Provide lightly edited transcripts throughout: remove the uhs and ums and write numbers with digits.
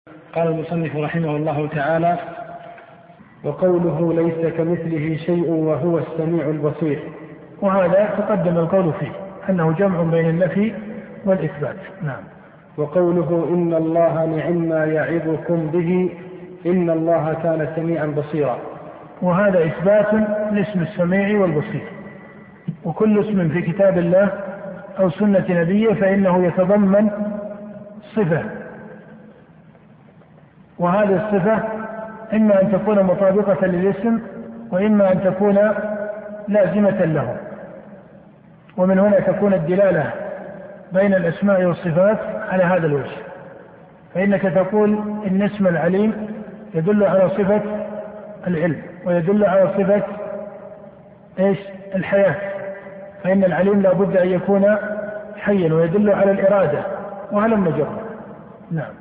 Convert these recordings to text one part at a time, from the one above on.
قال المصنف رحمه الله تعالى: وقوله ليس كمثله شيء وهو السميع البصير. وهذا تقدم القول فيه أنه جمع بين النفي والإثبات. نعم. وقوله إن الله نعما يعظكم به إن الله كان سميعا بصيرا. وهذا إثبات لاسم السميع والبصير، وكل اسم في كتاب الله أو سنة نبيه فإنه يتضمن صفة، وهذه الصفة إما أن تكون مطابقة للاسم وإما أن تكون لازمة له، ومن هنا تكون الدلالة بين الأسماء والصفات على هذا الوجه. فإنك تقول إن اسم العليم يدل على صفة العلم ويدل على صفة الحياة، فإن العليم لا بد أن يكون حيا، ويدل على الإرادة وهلم جرا. نعم.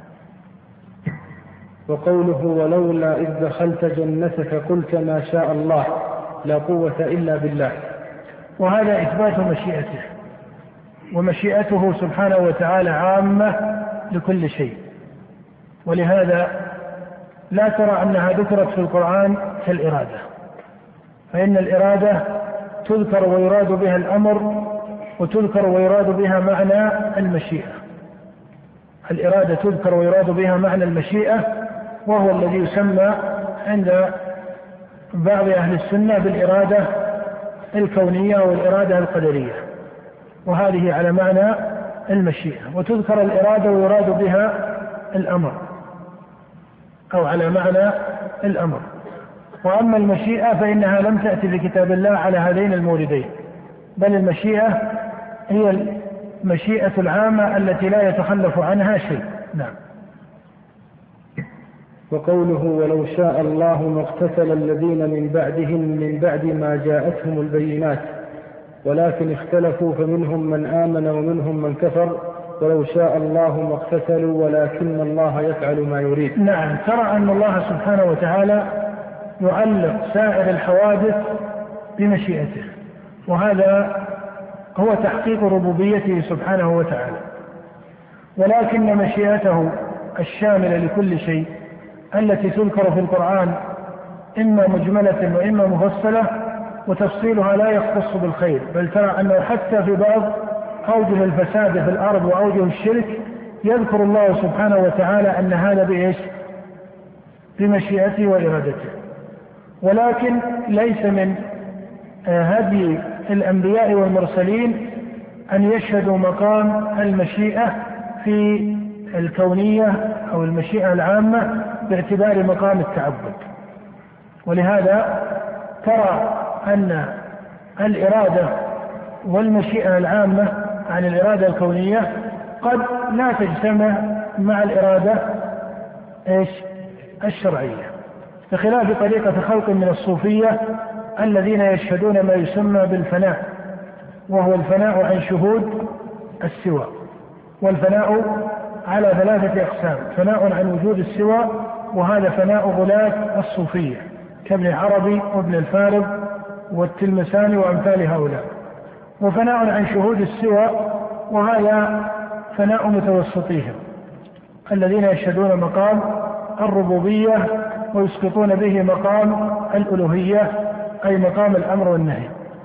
وقوله ولولا إذ دخلت جنتك قلت ما شاء الله لا قوة إلا بالله. وهذا إثبات مشيئته، ومشيئته سبحانه وتعالى عامة لكل شيء، ولهذا لا ترى أنها ذكرت في القرآن كالإرادة، فإن الإرادة تذكر ويراد بها الأمر، وتذكر ويراد بها معنى المشيئة. الإرادة تذكر ويراد بها معنى المشيئة، وهو الذي يسمى عند بعض أهل السنة بالإرادة الكونية والإرادة القدرية، وهذه على معنى المشيئة. وتذكر الإرادة ويراد بها الأمر أو على معنى الأمر. وأما المشيئة فإنها لم تأتي في كتاب الله على هذين الموردين، بل المشيئة هي المشيئة العامة التي لا يتخلف عنها شيء. نعم. وقوله ولو شاء الله ما اقتتل الذين من بعدهم من بعد ما جاءتهم البينات ولكن اختلفوا فمنهم من آمن ومنهم من كفر ولو شاء الله ما اقتتلوا ولكن الله يفعل ما يريد. نعم. ترى أن الله سبحانه وتعالى يعلق سائر الحوادث بمشيئته، وهذا هو تحقيق ربوبيته سبحانه وتعالى. ولكن مشيئته الشاملة لكل شيء التي تذكر في القرآن إما مجملة وإما مفصلة، وتفصيلها لا يختص بالخير، بل ترى أنه حتى في بعض أوجه الفساد في الأرض وأوجه الشرك يذكر الله سبحانه وتعالى أن هذا بمشيئته وإرادته. ولكن ليس من هدي الأنبياء والمرسلين أن يشهدوا مقام المشيئة في الكونية أو المشيئة العامة باعتبار مقام التعبد. ولهذا ترى أن الإرادة والمشيئة العامة عن الإرادة الكونية قد لا تجتمع مع الإرادة الشرعية، بخلاف طريقة خلق من الصوفية الذين يشهدون ما يسمى بالفناء، وهو الفناء عن شهود السوى. والفناء على ثلاثة أقسام: فناء عن وجود السوى، وهذا فناء غلاة الصوفية كابن عربي وابن الفارض والتلمساني وأمثال هؤلاء. وفناء عن شهود السوى، وهذا فناء متوسطيهم الذين يشهدون مقام الربوبية ويسقطون به مقام الألوهية، أي مقام الأمر والنهي.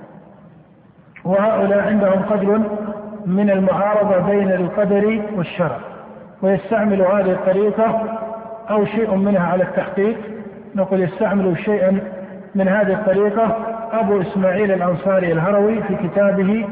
وهؤلاء عندهم قدر من المعارضة بين القدر والشرع، ويستعمل هذه الطريقة أو شيء منها على التحقيق. نقول يستعمل شيئا من هذه الطريقة أبو إسماعيل الأنصاري الهروي في كتابه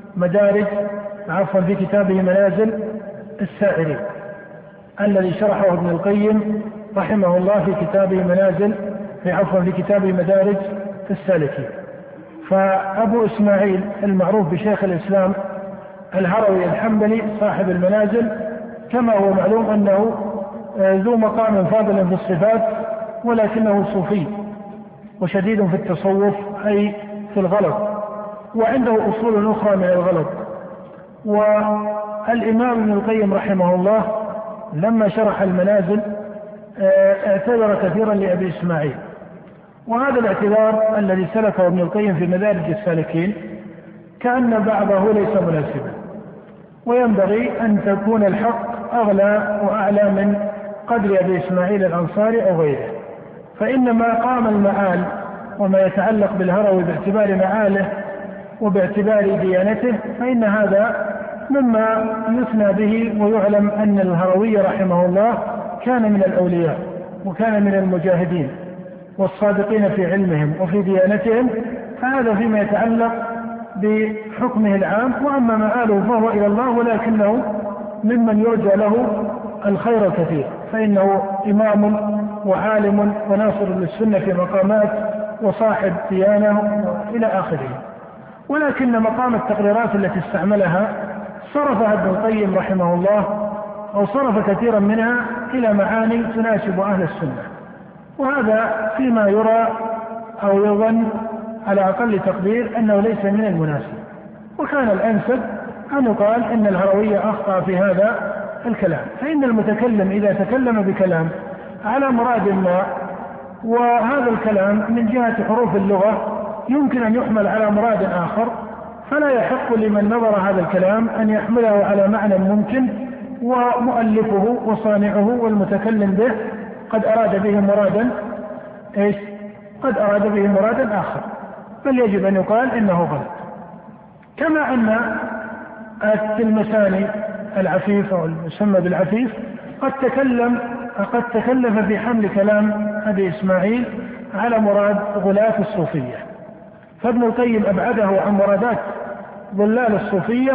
في كتابه منازل السائرين، الذي شرحه ابن القيم رحمه الله في كتابه في كتابه مدارج السالكين. فأبو إسماعيل المعروف بشيخ الإسلام الهروي الحنبلي صاحب المنازل، كما هو معلوم أنه ذو مقام فاضل في الصفات، ولكنه صوفي وشديد في التصوف أي في الغلط، وعنده أصول أخرى من الغلط. والإمام ابن القيم رحمه الله لما شرح المنازل اعتذر كثيرا لأبي إسماعيل، وهذا الاعتذار الذي سلكه ابن القيم في مدارج السالكين كأن بعضه ليس مناسبا، وينبغي أن تكون الحق أغلى وأعلى من قدر أبي إسماعيل الأنصاري أو غيره. فإن ما قام المآل وما يتعلق بالهروي باعتبار مآله وباعتبار ديانته فإن هذا مما يثنى به، ويعلم أن الهروي رحمه الله كان من الأولياء وكان من المجاهدين والصادقين في علمهم وفي ديانتهم، فهذا فيما يتعلق بحكمه العام. وأما مآله فهو إلى الله، ولكنه ممن يرجى له الخير الكثير، فإنه إمام وعالم وناصر للسنة في مقامات وصاحب ديانة إلى آخره. ولكن مقام التقريرات التي استعملها صرفها ابن القيم رحمه الله أو صرف كثيرا منها إلى معاني تناسب أهل السنة، وهذا فيما يرى أو يظن على أقل تقدير أنه ليس من المناسب. وكان الأنسب أن يقال أن الهروية أخطأ في هذا الكلام، فإن المتكلم إذا تكلم بكلام على مراد ما، وهذا الكلام من جهة حروف اللغة يمكن أن يحمل على مراد آخر، فلا يحق لمن نظر هذا الكلام أن يحمله على معنى ممكن ومؤلفه وصانعه والمتكلم به قد أراد به مرادا قد أراد به مرادا آخر، بل يجب أن يقال إنه غلط. كما أن التلمساني العفيف أو المسمى بالعفيف قد تكلف في حمل كلام أبي إسماعيل على مراد غلاة الصوفية، فابن القيم أبعده عن مرادات ظلال الصوفية،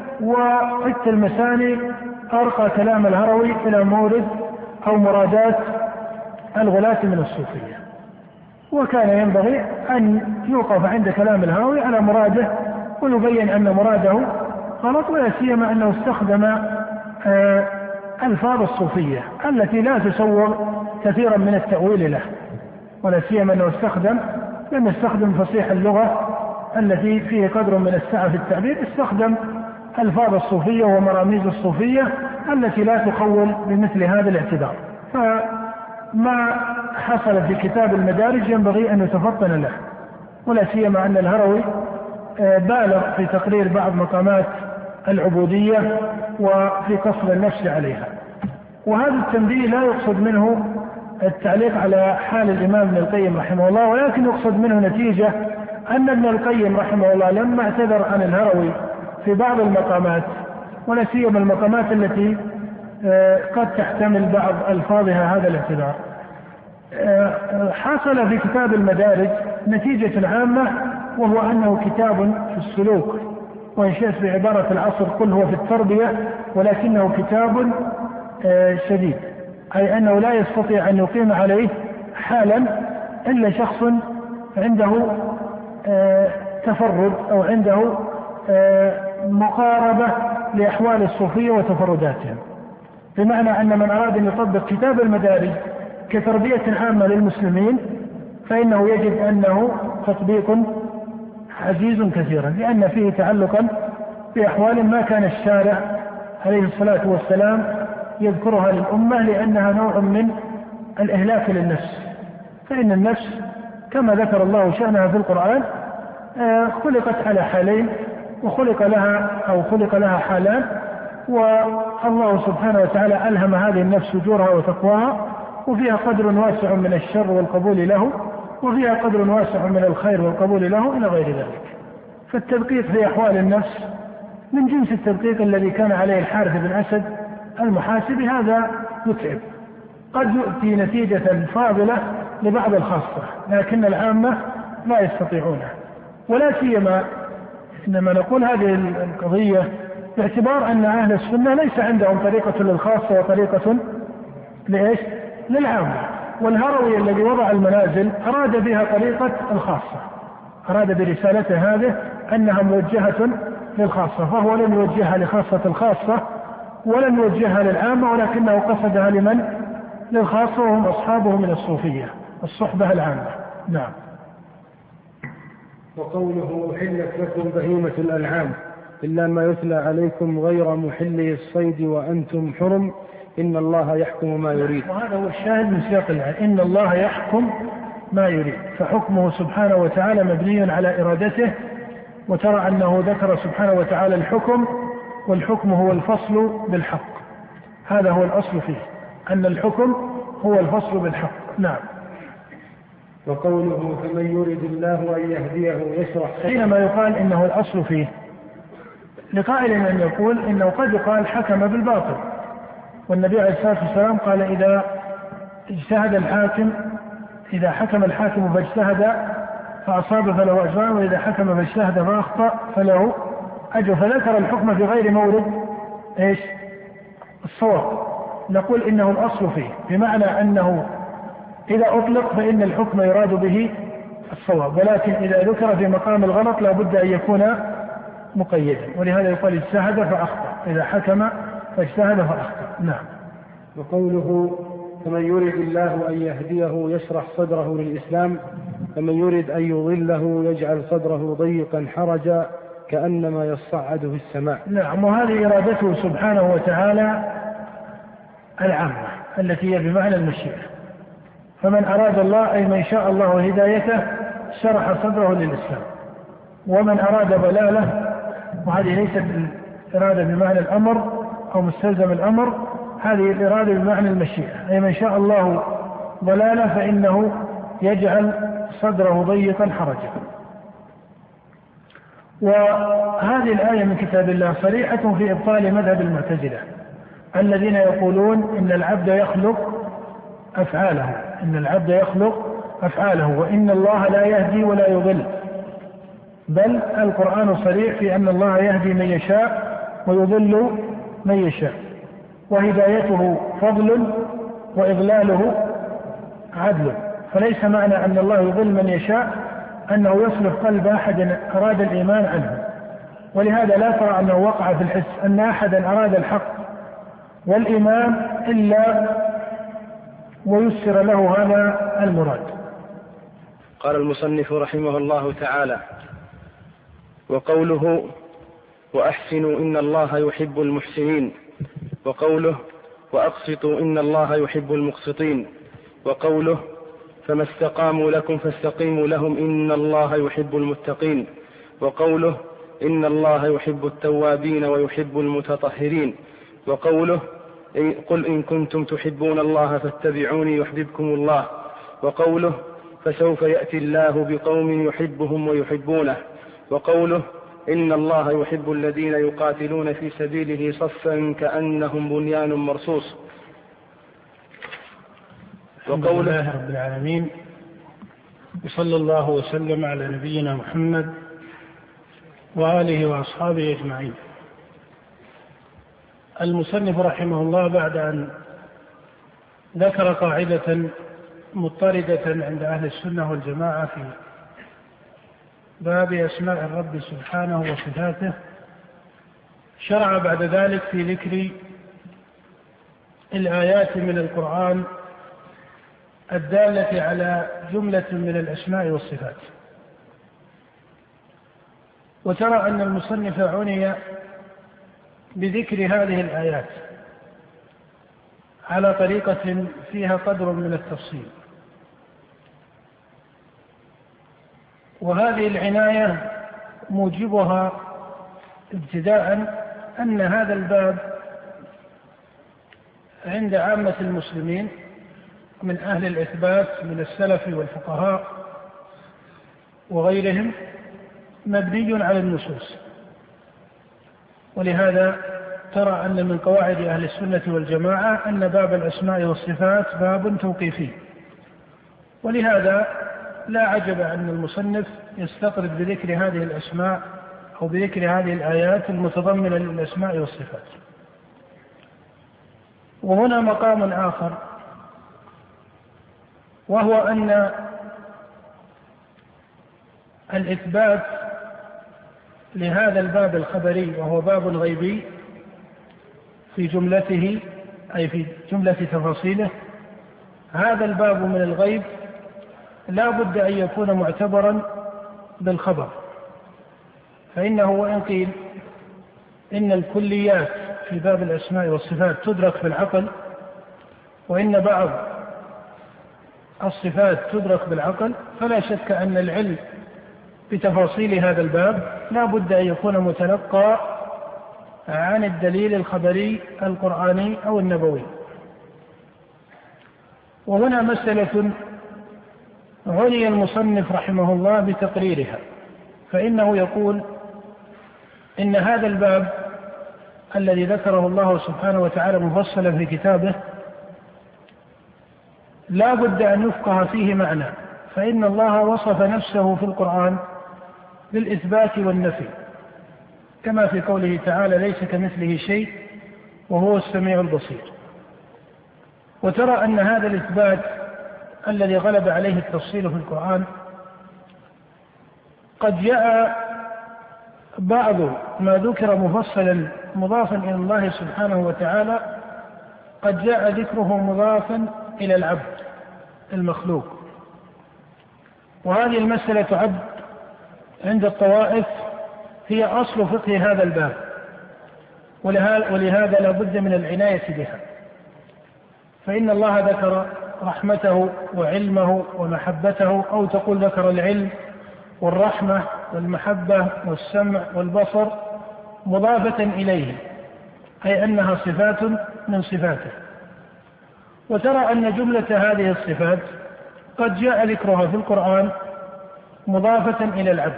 والتلمساني أرقى كلام الهروي إلى مورد أو مرادات الغلاة من الصوفية. وكان ينبغي أن يوقف عند كلام الهروي على مراده ويبين أن مراده غلط، ولا سيما أنه استخدم ألفاظ الصوفية التي لا تسوغ كثيرا من التأويل له، ولا سيما أنه لم يستخدم فصيح اللغة التي فيه قدر من السعة في التعبير، استخدم ألفاظ الصوفية ومراميز الصوفية التي لا تخول بمثل هذا الاعتبار. فما حصل في كتاب المدارج ينبغي أن يتفطن له، ولا سيما أن الهروي بالغ في تقرير بعض مقامات العبودية وفي قصر النفس عليها. وهذا التنبيه لا يقصد منه التعليق على حال الإمام ابن القيم رحمه الله، ولكن يقصد منه نتيجة أن ابن القيم رحمه الله لما اعتذر عن الهروي في بعض المقامات، ولا سيما المقامات التي قد تحتمل بعض ألفاظها هذا الاعتذار، حصل في كتاب المدارج نتيجة عامة، وهو أنه كتاب في السلوك، وإن شئت بعبارة العصر قل هو في التربية، ولكنه كتاب شديد، أي أنه لا يستطيع أن يقيم عليه حالا إلا شخص عنده تفرد أو عنده مقاربة لأحوال الصوفية وتفرداتهم، بمعنى أن من أراد أن يطبق كتاب المدارج كتربية عامة للمسلمين فإنه يجد أنه تطبيق عزيز كثيرا، لأن فيه تعلقا بأحوال ما كان الشارع عليه الصلاة والسلام يذكرها للأمة، لأنها نوع من الإهلاك للنفس. فإن النفس كما ذكر الله شأنها في القرآن خلقت على حالين، وخلق لها حالان، والله سبحانه وتعالى ألهم هذه النفس فجورها وتقواها، وفيها قدر واسع من الشر والقبول له، وفيها قدر واسع من الخير والقبول له إلى غير ذلك. فالتدقيق في أحوال النفس من جنس التدقيق الذي كان عليه الحارث بن أسد المحاسبي، هذا يتعب، قد يؤتي نتيجة فاضلة لبعض الخاصة، لكن العامة لا يستطيعونه. ولا سيما إنما نقول هذه القضية باعتبار أن أهل السنة ليس عندهم طريقة للخاصة وطريقة للعامة. والهروي الذي وضع المنازل أراد بها طريقة الخاصة، أراد برسالته هذه أنها موجهة للخاصة، فهو لم يوجهها لخاصة الخاصة ولم يوجهها للعامة، ولكنه قصدها للخاصة، وهم أصحابه من الصوفية الصحبة العامة. نعم. وقوله أحلت لكم بهيمة الأنعام إلا ما يتلى عليكم غير محلي الصيد وأنتم حرم إن الله يحكم ما يريد. وهذا هو الشاهد من سياق الآية، إن الله يحكم ما يريد، فحكمه سبحانه وتعالى مبني على إرادته. وترى أنه ذكر سبحانه وتعالى الحكم، والحكم هو الفصل بالحق، هذا هو الأصل فيه. أن الحكم هو الفصل بالحق. نعم. وقوله فمن يرد الله أن يهديه يشرح حينما يقال إنه الأصل فيه لقائل أن يقول إنه قد يقال حكم بالباطل، والنبي عليه الصلاة والسلام قال إذا اجتهد الحاكم، إذا حكم الحاكم فاجتهد فأصاب فله أجران، وإذا حكم فاجتهد فأخطأ فله أجر، فذكر الحكم في غير مورد إيش؟ الصواب. نقول إنه الأصل فيه، بمعنى أنه إذا أطلق فإن الحكم يراد به الصواب، ولكن إذا ذكر في مقام الغلط لا بد أن يكون مقيدا، ولهذا يقال اجتهد فأخطأ، إذا حكم فاجتهد فأخطأ. نعم. وقوله فمن يرد الله أن يهديه يشرح صدره للإسلام، فمن يرد أن يضله يجعل صدره ضيقا حرجا كأنما يصعد في السماء. نعم. وهذه إرادته سبحانه وتعالى العامة التي هي بمعنى المشيئة. فمن أراد الله أي من شاء الله هدايته شرح صدره للإسلام، ومن أراد ضلاله، وهذه ليست الإرادة بمعنى الأمر أو مستلزم الأمر، هذه الإرادة بمعنى المشيئة، أي من شاء الله ضلاله فإنه يجعل صدره ضيقا حرجا. وهذه الآية من كتاب الله صريحة في إبطال مذهب المعتزلة الذين يقولون إن العبد يخلق أفعاله، إن العبد يخلق أفعاله، وإن الله لا يهدي ولا يضل، بل القرآن صريح في أن الله يهدي من يشاء ويضل من يشاء، وهدايته فضل وإضلاله عدل. فليس معنى أن الله يضل من يشاء أنه يصرف قلب أحد أراد الإيمان عنه، ولهذا لا ترى أنه وقع في الحس أن أحدا أراد الحق والإيمان إلا ويسر له هذا المراد. قال المصنف رحمه الله تعالى: وقوله وأحسنوا إن الله يحب المحسنين، وقوله وأقسطوا إن الله يحب المقسطين، وقوله فما استقاموا لكم فاستقيموا لهم إن الله يحب المتقين، وقوله إن الله يحب التوابين ويحب المتطهرين، وقوله قل إن كنتم تحبون الله فاتبعوني يحببكم الله، وقوله فسوف يأتي الله بقوم يحبهم ويحبونه، وقوله إن الله يحب الذين يقاتلون في سبيله صفا كأنهم بنيان مرصوص. الحمد لله رب العالمين، وصلى الله وسلم على نبينا محمد وآله وأصحابه أجمعين. المصنف رحمه الله بعد أن ذكر قاعدة مضطردة عند أهل السنة والجماعة في باب أسماء الرب سبحانه وصفاته، شرع بعد ذلك في ذكر الآيات من القرآن الدالة على جملة من الأسماء والصفات. وترى أن المصنف عني بذكر هذه الآيات على طريقة فيها قدر من التفصيل، وهذه العناية موجبها ابتداء أن هذا الباب عند عامة المسلمين من أهل الإثبات من السلف والفقهاء وغيرهم مبني على النصوص، ولهذا ترى أن من قواعد أهل السنة والجماعة أن باب الأسماء والصفات باب توقيفي، ولهذا لا عجب أن المصنف يستطرد بذكر هذه الأسماء أو بذكر هذه الآيات المتضمنة للأسماء والصفات. وهنا مقام آخر، وهو أن الإثبات لهذا الباب الخبري وهو باب غيبي في جملته أي في جملة تفاصيله، هذا الباب من الغيب لا بد أن يكون معتبرا بالخبر، فإنه وإن قيل إن الكليات في باب الأسماء والصفات تدرك بالعقل، وإن بعض الصفات تدرك بالعقل، فلا شك أن العلم بتفاصيل هذا الباب لا بد أن يكون متلقى عن الدليل الخبري القرآني أو النبوي. وهنا مسألة عني المصنف رحمه الله بتقريرها، فإنه يقول إن هذا الباب الذي ذكره الله سبحانه وتعالى مفصلا في كتابه لا بد أن يفقه فيه معنى، فإن الله وصف نفسه في القرآن بالإثبات والنفي، كما في قوله تعالى ليس كمثله شيء وهو السميع البصير. وترى أن هذا الإثبات الذي غلب عليه التفصيل في القرآن قد جاء بعض ما ذكر مفصلا مضافا إلى الله سبحانه وتعالى قد جاء ذكره مضافا إلى العبد المخلوق، وهذه المسألة عبد عند الطوائف هي أصل فقه هذا الباب، ولهذا لا بد من العناية بها، فإن الله ذكر رحمته وعلمه ومحبته، أو تقول ذكر العلم والرحمة والمحبة والسمع والبصر مضافة إليه، أي أنها صفات من صفاته. وترى أن جملة هذه الصفات قد جاء ذكرها في القرآن مضافة إلى العبد،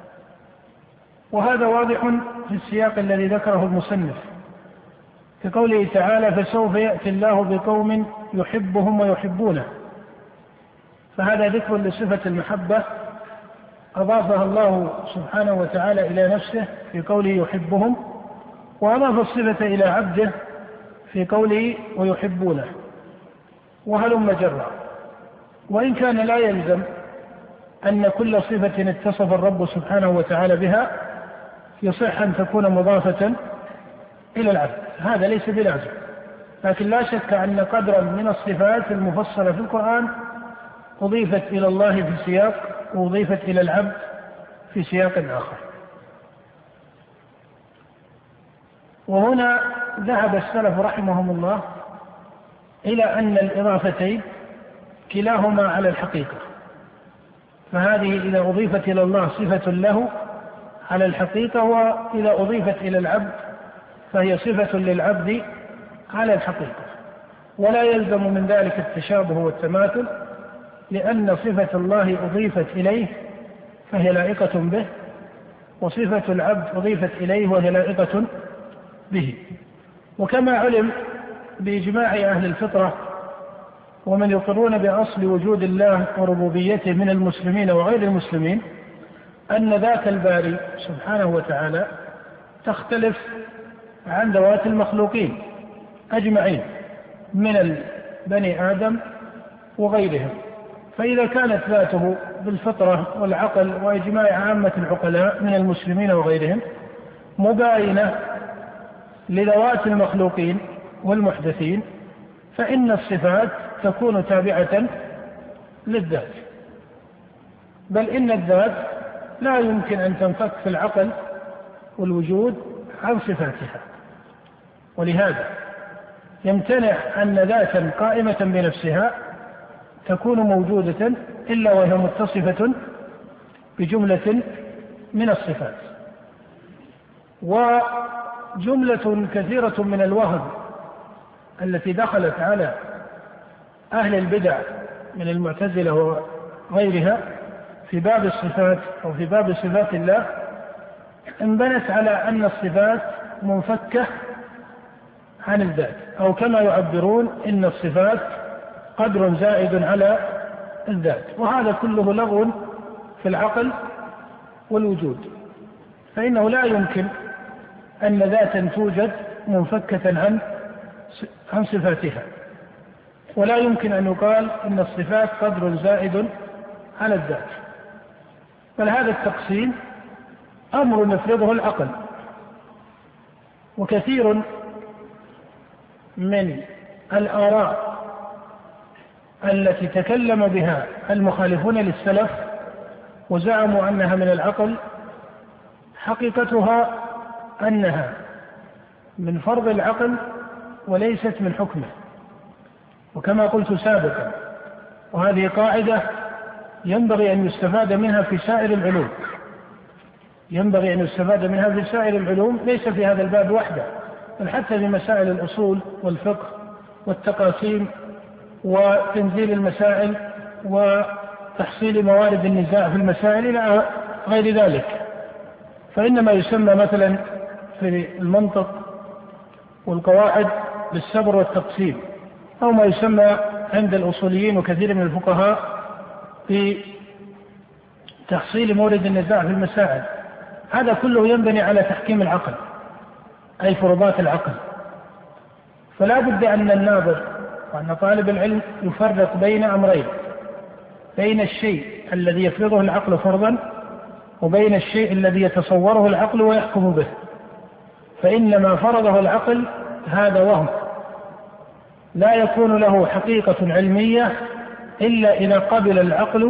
وهذا واضح في السياق الذي ذكره المصنف في قوله تعالى فسوف يأتي الله بقوم يحبهم ويحبونه، فهذا ذكر لصفة المحبة أضافها الله سبحانه وتعالى إلى نفسه في قوله يحبهم، وأضاف الصفة إلى عبده في قوله ويحبونه، وهلم جرا. وإن كان لا يلزم أن كل صفة اتصف الرب سبحانه وتعالى بها يصح أن تكون مضافة إلى العبد، هذا ليس بلازم، لكن لا شك أن قدرا من الصفات المفصلة في القرآن أضيفت إلى الله في سياق وأضيفت إلى العبد في سياق آخر. وهنا ذهب السلف رحمهم الله إلى أن الإضافتين كلاهما على الحقيقة، فهذه إذا أضيفت إلى الله صفة له على الحقيقة، وإذا أضيفت إلى العبد فهي صفة للعبد على الحقيقة، ولا يلزم من ذلك التشابه والتماثل، لأن صفة الله أضيفت إليه فهي لائقة به، وصفة العبد أضيفت إليه وهي لائقة به. وكما علم بإجماع أهل الفطرة ومن يقرون بأصل وجود الله وربوبيته من المسلمين وغير المسلمين أن ذات الباري سبحانه وتعالى تختلف عن ذوات المخلوقين أجمعين من بني آدم وغيرهم، فإذا كانت ذاته بالفطرة والعقل وإجماع عامة العقلاء من المسلمين وغيرهم مباينة لذوات المخلوقين والمحدثين، فإن الصفات تكون تابعة للذات، بل إن الذات لا يمكن أن تنفك في العقل والوجود عن صفاتها، ولهذا يمتنع أن ذاتا قائمة بنفسها تكون موجودة إلا وهي متصفة بجملة من الصفات. وجملة كثيرة من الوهم التي دخلت على أهل البدع من المعتزلة وغيرها في باب الصفات أو في باب صفات الله انبنت على أن الصفات منفكة عن الذات، أو كما يعبرون إن الصفات قدر زائد على الذات، وهذا كله لغو في العقل والوجود، فإنه لا يمكن أن ذاتا توجد منفكة عن صفاتها، ولا يمكن أن يقال إن الصفات قدر زائد على الذات، بل هذا التقسيم أمر يفرضه العقل. وكثير من الآراء التي تكلم بها المخالفون للسلف وزعموا أنها من العقل حقيقتها أنها من فرض العقل وليست من حكمه، وكما قلت سابقا وهذه قاعدة ينبغي أن يستفاد منها في سائر العلوم، ينبغي أن يستفاد منها في سائر العلوم ليس في هذا الباب وحده، بل حتى في مسائل الأصول والفقه والتقاسيم وتنزيل المسائل وتحصيل موارد النزاع في المسائل إلى غير ذلك. فإنما يسمى مثلا في المنطق والقواعد بالصبر والتقسيم، أو ما يسمى عند الأصوليين وكثير من الفقهاء بتحصيل مورد النزاع في المسائل. هذا كله ينبني على تحكيم العقل، أي فرضات العقل. فلا بد أن الناظر وأن طالب العلم يفرق بين أمرين: بين الشيء الذي يفرضه العقل فرضا، وبين الشيء الذي يتصوره العقل ويحكم به. فإن ما فرضه العقل هذا وهم لا يكون له حقيقة علمية إلا إذا قبل العقل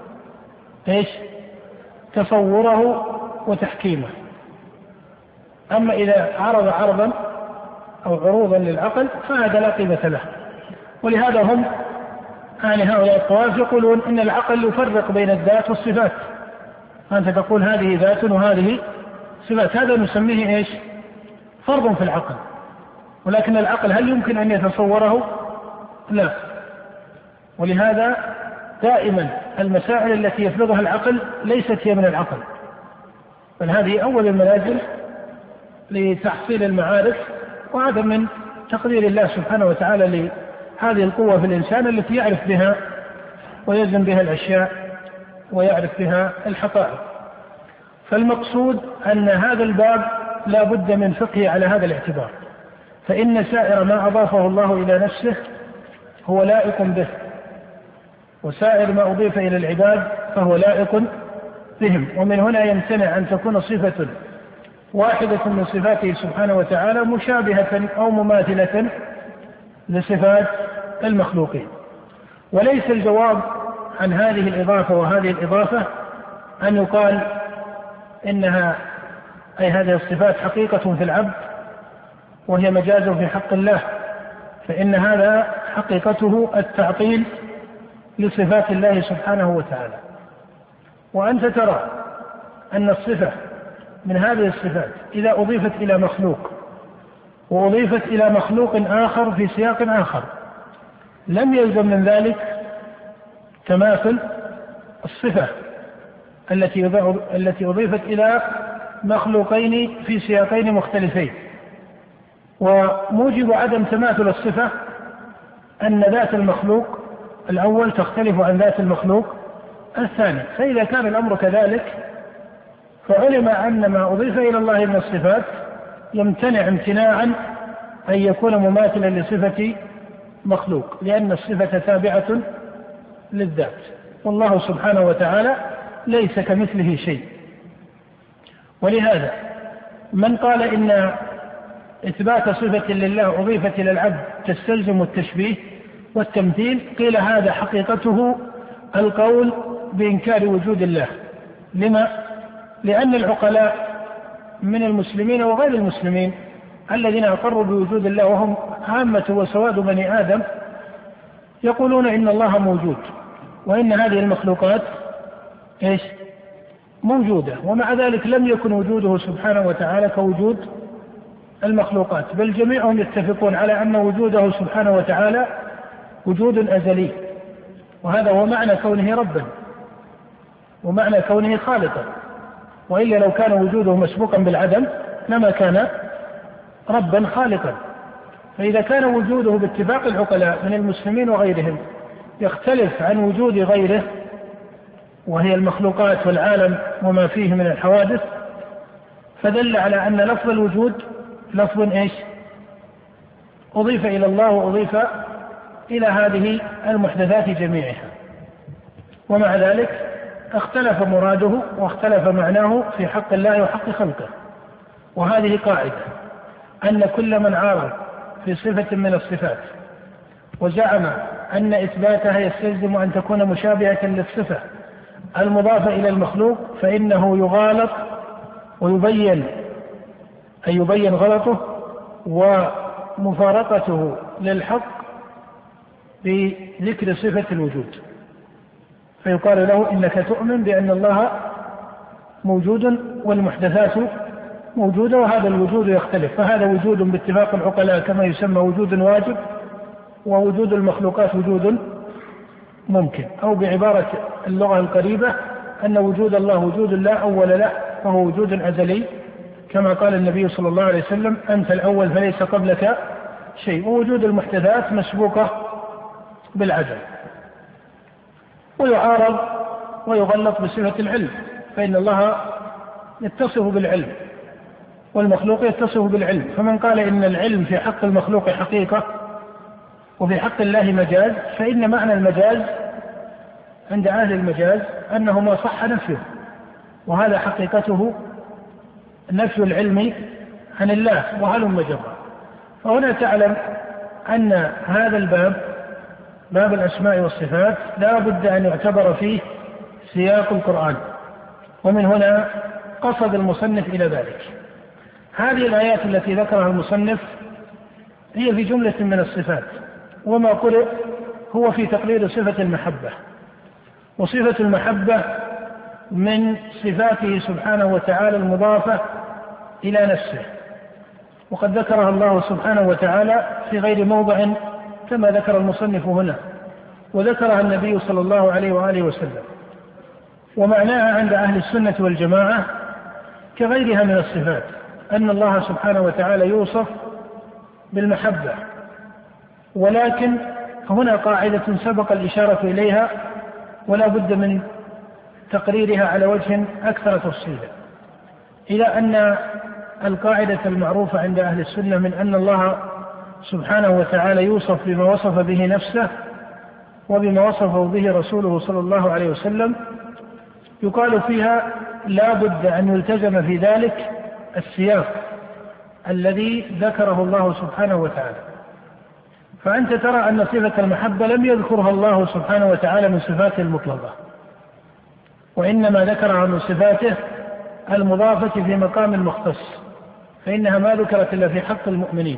تصوره وتحكيمه. أما إذا عرض عرضا أو عروضا للعقل فهذا لا قيمة له. ولهذا هم هؤلاء الطوائف يقولون إن العقل يفرق بين الذات والصفات، أنت تقول هذه ذات وهذه صفات، هذا نسميه فرض في العقل. ولكن العقل هل يمكن أن يتصوره؟ لا. ولهذا دائما المسائل التي يفرضها العقل ليست هي من العقل، بل هذه أول المنازل لتحصيل المعارف. وهذا من تقدير الله سبحانه وتعالى لهذه القوة في الإنسان التي يعرف بها ويزن بها الأشياء ويعرف بها الحقائق. فالمقصود أن هذا الباب لا بد من فقهه على هذا الاعتبار، فإن سائر ما أضافه الله إلى نفسه هو لائق به، وسائر ما أضيف إلى العباد فهو لائق بهم. ومن هنا يمتنع أن تكون صفة واحدة من صفاته سبحانه وتعالى مشابهة أو مماثلة لصفات المخلوقين. وليس الجواب عن هذه الإضافة وهذه الإضافة أن يقال إنها أي هذه الصفات حقيقة في العبد وهي مجاز في حق الله، فإن هذا حقيقته التعطيل لصفات الله سبحانه وتعالى. وأنت ترى أن الصفة من هذه الصفات إذا أضيفت إلى مخلوق وأضيفت إلى مخلوق آخر في سياق آخر لم يلزم من ذلك تماثل الصفة التي أضيفت إلى مخلوقين في سياقين مختلفين. وموجب عدم تماثل الصفة أن ذات المخلوق الأول تختلف عن ذات المخلوق الثاني. فإذا كان الأمر كذلك فعلم أن ما أضيف إلى الله من الصفات يمتنع امتناعا أن يكون مماثلا لصفة مخلوق، لأن الصفة تابعة للذات، والله سبحانه وتعالى ليس كمثله شيء. ولهذا من قال إن إثبات صفة لله أضيفت إلى العبد تستلزم التشبيه والتمثيل، قيل هذا حقيقته القول بإنكار وجود الله. لما؟ لأن العقلاء من المسلمين وغير المسلمين الذين أقروا بوجود الله وهم عامة وسواد بني آدم يقولون إن الله موجود وإن هذه المخلوقات موجودة، ومع ذلك لم يكن وجوده سبحانه وتعالى كوجود المخلوقات، بل جميعهم يتفقون على أن وجوده سبحانه وتعالى وجود أزلي، وهذا هو معنى كونه ربا ومعنى كونه خالقا. وإلا لو كان وجوده مسبوقا بالعدم لما كان ربا خالقا. فإذا كان وجوده باتفاق العقلاء من المسلمين وغيرهم يختلف عن وجود غيره وهي المخلوقات والعالم وما فيه من الحوادث، فدل على أن لفظ الوجود لفظ أضيف إلى الله وأضيف إلى هذه المحدثات جميعها. ومع ذلك اختلف مراده واختلف معناه في حق الله وحق خلقه. وهذه قاعدة أن كل من عارض في صفة من الصفات وزعم أن إثباتها يستلزم أن تكون مشابهة للصفة المضافة إلى المخلوق فإنه يغالط ويبين غلطه ومفارقته للحق بذكر صفة الوجود، فيقال له إنك تؤمن بأن الله موجود والمحدثات موجودة، وهذا الوجود يختلف، فهذا وجود باتفاق العقلاء كما يسمى وجود واجب، ووجود المخلوقات وجود ممكن، أو بعبارة اللغة القريبة أن وجود الله وجود لا أول له وهو وجود أزلي، كما قال النبي صلى الله عليه وسلم أنت الأول فليس قبلك شيء، ووجود المحدثات مسبوقة بالعدم. ويعارض ويغلط بصفة العلم، فإن الله يتصف بالعلم والمخلوق يتصف بالعلم، فمن قال إن العلم في حق المخلوق حقيقة وفي حق الله مجاز، فإن معنى المجاز عند أهل المجاز أنه ما صح نفيه، وهذا حقيقته نفي العلم عن الله وهلم جرا. فهنا تعلم أن هذا الباب، باب الأسماء والصفات، لا بد أن يعتبر فيه سياق القرآن، ومن هنا قصد المصنف إلى ذلك. هذه الآيات التي ذكرها المصنف هي في جملة من الصفات، وما قرئ هو في تقرير صفة المحبة، وصفة المحبة من صفاته سبحانه وتعالى المضافة إلى نفسه، وقد ذكرها الله سبحانه وتعالى في غير موضع كما ذكر المصنف هنا، وذكرها النبي صلى الله عليه وآله وسلم. ومعناها عند أهل السنة والجماعة كغيرها من الصفات، أن الله سبحانه وتعالى يوصف بالمحبة، ولكن هنا قاعدة سبق الإشارة إليها ولا بد من تقريرها على وجه أكثر تفصيلا، إلى أن القاعدة المعروفة عند أهل السنة من أن الله سبحانه وتعالى يوصف بما وصف به نفسه وبما وصفه به رسوله صلى الله عليه وسلم، يقال فيها لا بد أن يلتزم في ذلك السياق الذي ذكره الله سبحانه وتعالى. فأنت ترى أن صفة المحبة لم يذكرها الله سبحانه وتعالى من صفاته المطلقة، وإنما ذكرها من صفاته المضافة في مقام مختص، فإنها ما ذكرت إلا في حق المؤمنين.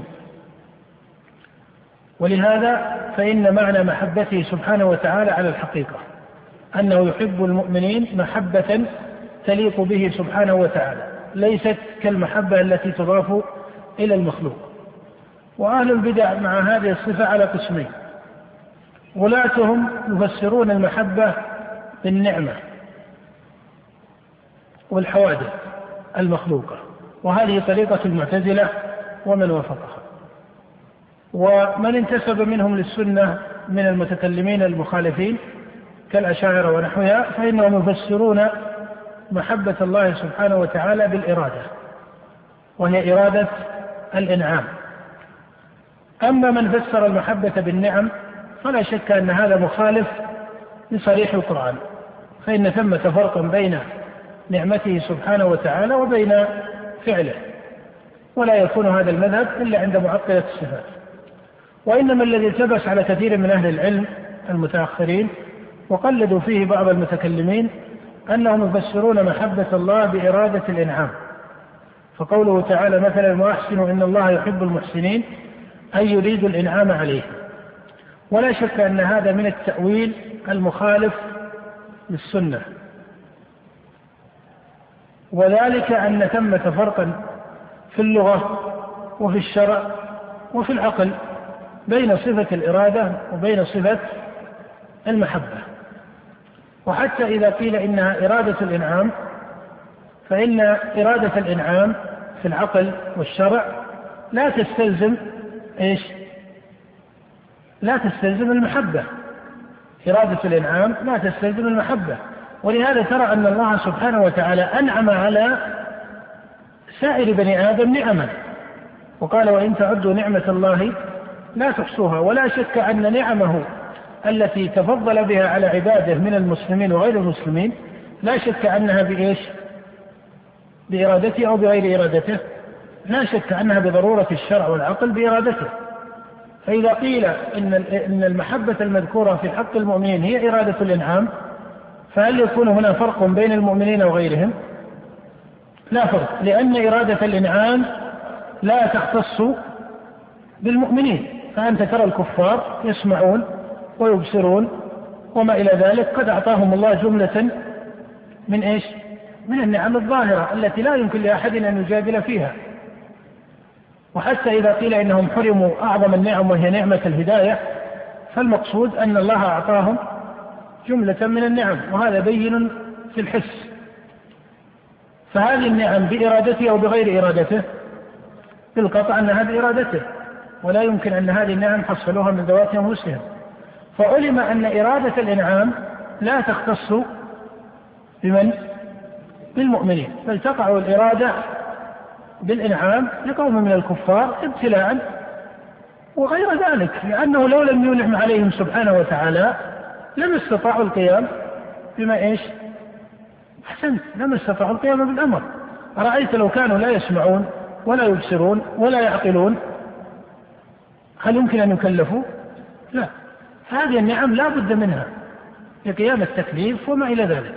ولهذا فإن معنى محبته سبحانه وتعالى على الحقيقة أنه يحب المؤمنين محبة تليق به سبحانه وتعالى، ليست كالمحبة التي تضاف إلى المخلوق. وأهل البدع مع هذه الصفة على قسمين: غلاتهم يفسرون المحبة بالنعمة والحوادث المخلوقة، وهذه طريقة المعتزلة ومن وافقها. ومن انتسب منهم للسنة من المتكلمين المخالفين كالأشاعرة ونحوها، فإنهم يفسرون محبة الله سبحانه وتعالى بالإرادة، وهي إرادة الإنعام. أما من فسر المحبة بالنعم فلا شك أن هذا مخالف لصريح القرآن، فإن ثمة فرق بين نعمته سبحانه وتعالى وبين فعله، ولا يكون هذا المذهب إلا عند معطلة الصفات. وإنما الذي التبس على كثير من أهل العلم المتأخرين وقلدوا فيه بعض المتكلمين أنهم يفسرون محبة الله بإرادة الإنعام، فقوله تعالى مثلا وأحسنوا إن الله يحب المحسنين أي يريد الإنعام عليه. ولا شك أن هذا من التأويل المخالف للسنة، وذلك أن ثمة فرقا في اللغة وفي الشرع وفي العقل بين صفة الإرادة وبين صفة المحبة. وحتى إذا قيل إنها إرادة الإنعام، فإن إرادة الإنعام في العقل والشرع لا تستلزم إيش؟ لا تستلزم المحبة. إرادة الإنعام لا تستلزم المحبة، ولهذا ترى أن الله سبحانه وتعالى أنعم على سائر بني آدم نعما، وقال وإن تعدوا نعمة الله لا تحصوها. ولا شك أن نعمه التي تفضل بها على عباده من المسلمين وغير المسلمين لا شك أنها بإيش؟ بإرادته أو بغير إرادته، لا شك أنها بضرورة الشرع والعقل بإرادته. فإذا قيل إن المحبة المذكورة في حق المؤمنين هي إرادة الإنعام، فهل يكون هنا فرق بين المؤمنين وغيرهم؟ لا فرق، لأن إرادة الإنعام لا تختص بالمؤمنين. فأنت ترى الكفار يسمعون ويبصرون وما إلى ذلك، قد أعطاهم الله جملة من إيش؟ من النعم الظاهرة التي لا يمكن لأحد أن يجادل فيها. وحتى إذا قيل إنهم حرموا أعظم النعم وهي نعمة الهداية، فالمقصود أن الله أعطاهم جملة من النعم، وهذا بين في الحس. فهذه النعم بإرادته أو بغير إرادته؟ بالقطع أنها بإرادته، ولا يمكن أن هذه النعم حصلوها من ذواتهم أنفسهم. فعلم أن إرادة الإنعام لا تختص بمن؟ بالمؤمنين، بل تقع الإرادة بالإنعام لقوم من الكفار ابتلاء وغير ذلك، لأنه لو لم ينعم عليهم سبحانه وتعالى لم استطاعوا القيام بما إيش؟ أحسنت، لم استطاعوا القيام بالأمر. أرأيت لو كانوا لا يسمعون ولا يبصرون ولا يعقلون هل يمكن أن يكلفوا؟ لا. هذه النعم لا بد منها لقيام التكليف وما إلى ذلك.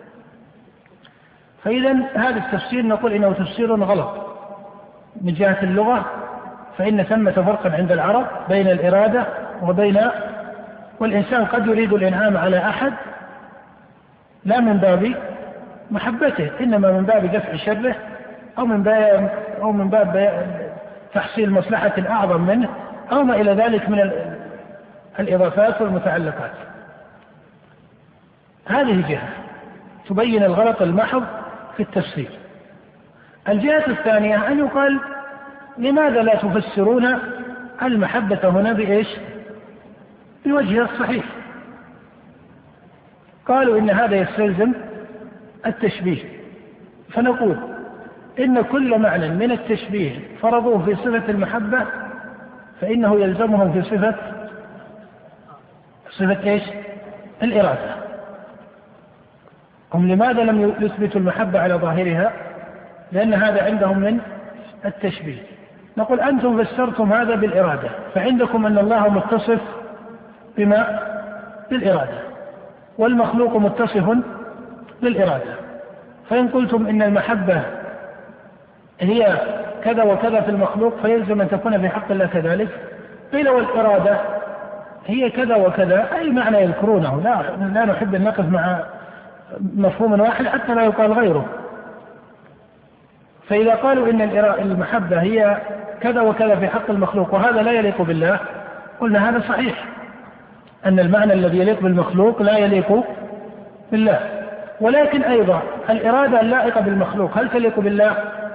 فإذا هذا التفسير نقول إنه تفسير غلط من جهة اللغة، فإن ثمة فرقا عند العرب بين الإرادة والإنسان قد يريد الإنعام على أحد لا من باب محبته، إنما من باب دفع شره أو من باب تحصيل مصلحة أعظم منه أو ما إلى ذلك من الإضافات والمتعلقات. هذه جهة تبين الغلط المحض في التفسير. الجهة الثانية أن يقال لماذا لا تفسرون المحبة هنا بإيش؟ بوجهها الصحيح. قالوا إن هذا يستلزم التشبيه، فنقول إن كل معنى من التشبيه فرضوه في صفة المحبة فإنه يلزمهم في صفة إيش؟ الإرادة. هم لماذا لم يثبتوا المحبة على ظاهرها؟ لأن هذا عندهم من التشبيه. نقول أنتم فسرتم هذا بالإرادة، فعندكم أن الله متصف بما؟ بالإرادة، والمخلوق متصف بالإرادة. فإن قلتم إن المحبة هي كذا وكذا في المخلوق فيلزم أن تكون في حق الله كذلك. قيل والإرادة هي كذا وكذا، أي معنى يذكرونه، لا نحب أن نقف مع مفهوم واحد حتى لا يقال غيره. فإذا قالوا إن المحبة هي كذا وكذا في حق المخلوق وهذا لا يليق بالله، قلنا هذا صحيح، أن المعنى الذي يليق بالمخلوق لا يليق بالله. ولكن أيضا الإرادة اللائقة بالمخلوق هل تليق بالله؟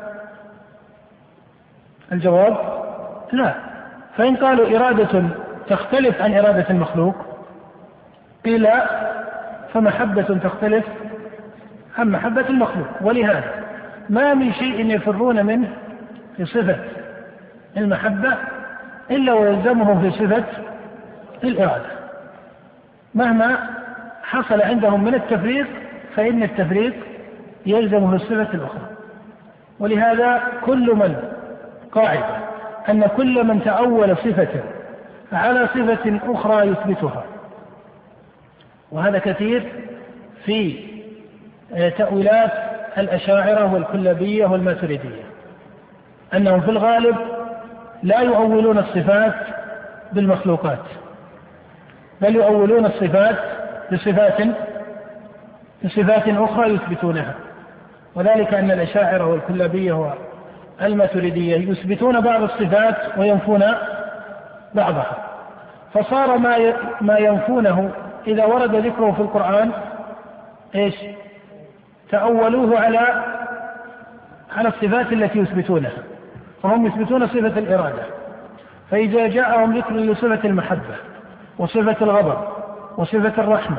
الجواب لا. فإن قالوا إرادة تختلف عن إرادة المخلوق قيل فمحبة تختلف عن محبة المخلوق. ولهذا ما من شيء يفرون منه في صفة المحبة إلا ويلزمه في صفة الإرادة، مهما حصل عندهم من التفريق فإن التفريق يلزم في الصفة الأخرى. ولهذا كل من قاعدة أن كل من تأول صفة على صفة أخرى يثبتها، وهذا كثير في تأويلات الأشاعرة والكلابية والماتريدية، أنهم في الغالب لا يؤولون الصفات بالمخلوقات بل يؤولون الصفات بصفات أخرى يثبتونها. وذلك أن الأشاعرة والكلابية والماتريدية يثبتون بعض الصفات وينفون بعضها، فصار ما ينفونه إذا ورد ذكره في القرآن إيش؟ تأولوه على الصفات التي يثبتونها، فهم يثبتون صفة الإرادة، فإذا جاءهم ذكر لصفة المحبة وصفة الغضب وصفة الرحمة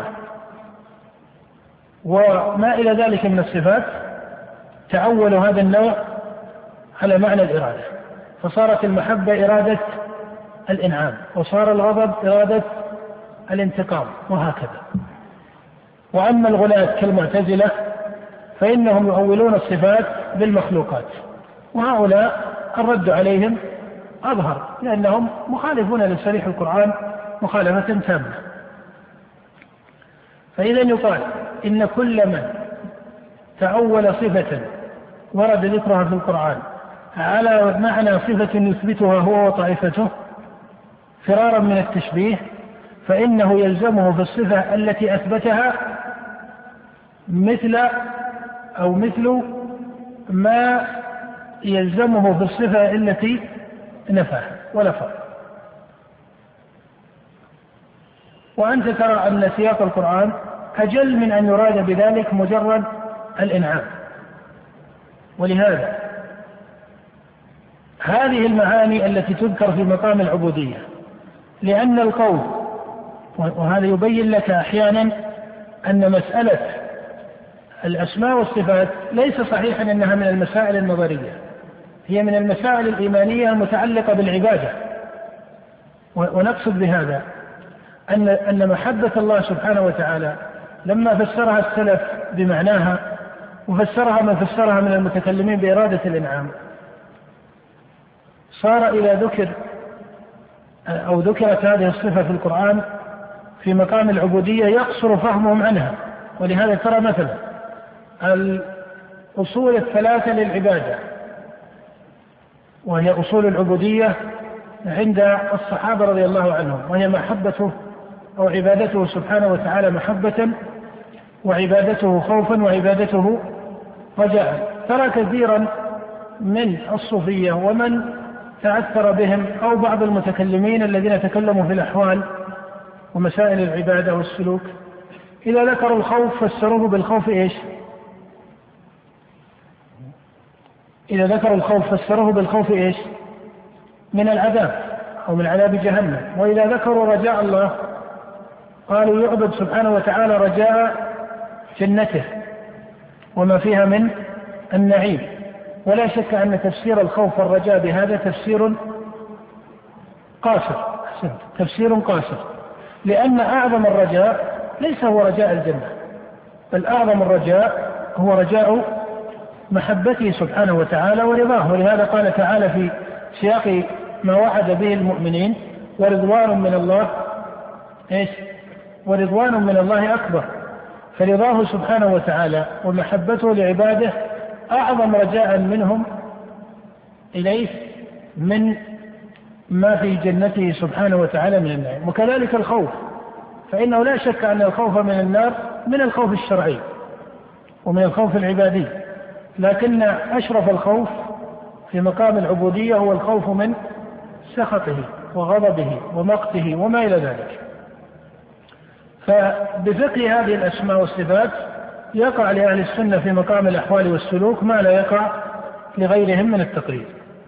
وما إلى ذلك من الصفات تأولوا هذا النوع على معنى الإرادة، فصارت المحبة إرادة الإنعام، وصار الغضب إرادة الانتقام، وهكذا. وأما الغلاة كالمعتزلة فإنهم يؤولون الصفات بالمخلوقات، وهؤلاء الرد عليهم أظهر لأنهم مخالفون لصريح القرآن مخالفة تامة. فإذا يقال إن كل من تأول صفة ورد ذكرها في القرآن على معنى صفة يثبتها هو وطائفته فرارا من التشبيه فإنه يلزمه في الصفة التي أثبتها مثل ما يلزمه في الصفة التي نفاها، ولا فرق. وأنت ترى أن سياق القرآن أجل من أن يراد بذلك مجرد الإنعام. ولهذا هذه المعاني التي تذكر في مقام العبودية، لأن القول، وهذا يبين لك أحيانا أن مسألة الأسماء والصفات ليس صحيحا أنها من المسائل النظرية، هي من المسائل الإيمانية المتعلقة بالعبادة. ونقصد بهذا أن محبة الله سبحانه وتعالى لما فسرها السلف بمعناها، وفسرها من فسرها من المتكلمين بإرادة الإنعام، صار إلى ذكرت هذه الصفة في القرآن في مقام العبودية يقصر فهمهم عنها. ولهذا ترى مثلا الأصول الثلاثة للعبادة، وهي أصول العبودية عند الصحابة رضي الله عنهم، وهي محبته أو عبادته سبحانه وتعالى محبة، وعبادته خوفا، وعبادته رجاء. ترى كثيرا من الصوفية ومن تأثر بهم أو بعض المتكلمين الذين تكلموا في الأحوال ومسائل العبادة والسلوك، إذا ذكروا الخوف فسروه بالخوف إيش؟ إذا ذكروا الخوف فسروه بالخوف إيش؟ من العذاب أو من عذاب جهنم. وإذا ذكروا رجاء الله قالوا يعبد سبحانه وتعالى رجاء جنته وما فيها من النعيم. ولا شك أن تفسير الخوف والرجاء بهذا تفسير قاصر، تفسير قاصر، لأن أعظم الرجاء ليس هو رجاء الجنة، بل أعظم الرجاء هو رجاء محبته سبحانه وتعالى ورضاه. ولهذا قال تعالى في سياق ما وعد به المؤمنين: ورضوان من الله إيش؟ ورضوان من الله أكبر. فرضاه سبحانه وتعالى ومحبته لعباده أعظم رجاء منهم إليه من ما في جنته سبحانه وتعالى من النعيم. وكذلك الخوف، فإنه لا شك أن الخوف من النار من الخوف الشرعي ومن الخوف العبادي، لكن أشرف الخوف في مقام العبودية هو الخوف من سخطه وغضبه ومقته وما إلى ذلك. فبفقه هذه الأسماء والصفات يقع لأهل السنة في مقام الأحوال والسلوك ما لا يقع لغيرهم من التقرير.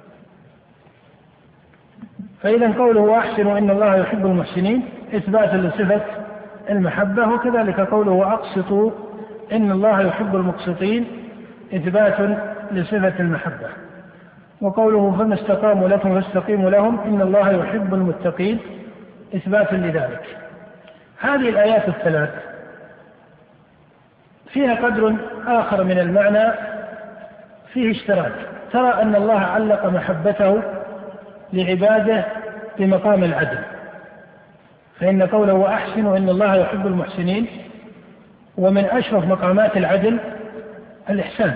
فإذا قوله وأحسنوا إن الله يحب المحسنين إثبات لصفة المحبة، وكذلك قوله وأقسطوا إن الله يحب المقسطين إثبات لصفة المحبة. وقوله فما استقاموا لكم فاستقيموا لهم إن الله يحب المتقين إثبات لذلك. هذه الآيات الثلاث فيها قدر آخر من المعنى فيه اشتراك. ترى أن الله علق محبته لعباده بمقام العدل، فإن قوله وأحسنوا إن الله يحب المحسنين، ومن أشرف مقامات العدل الإحسان.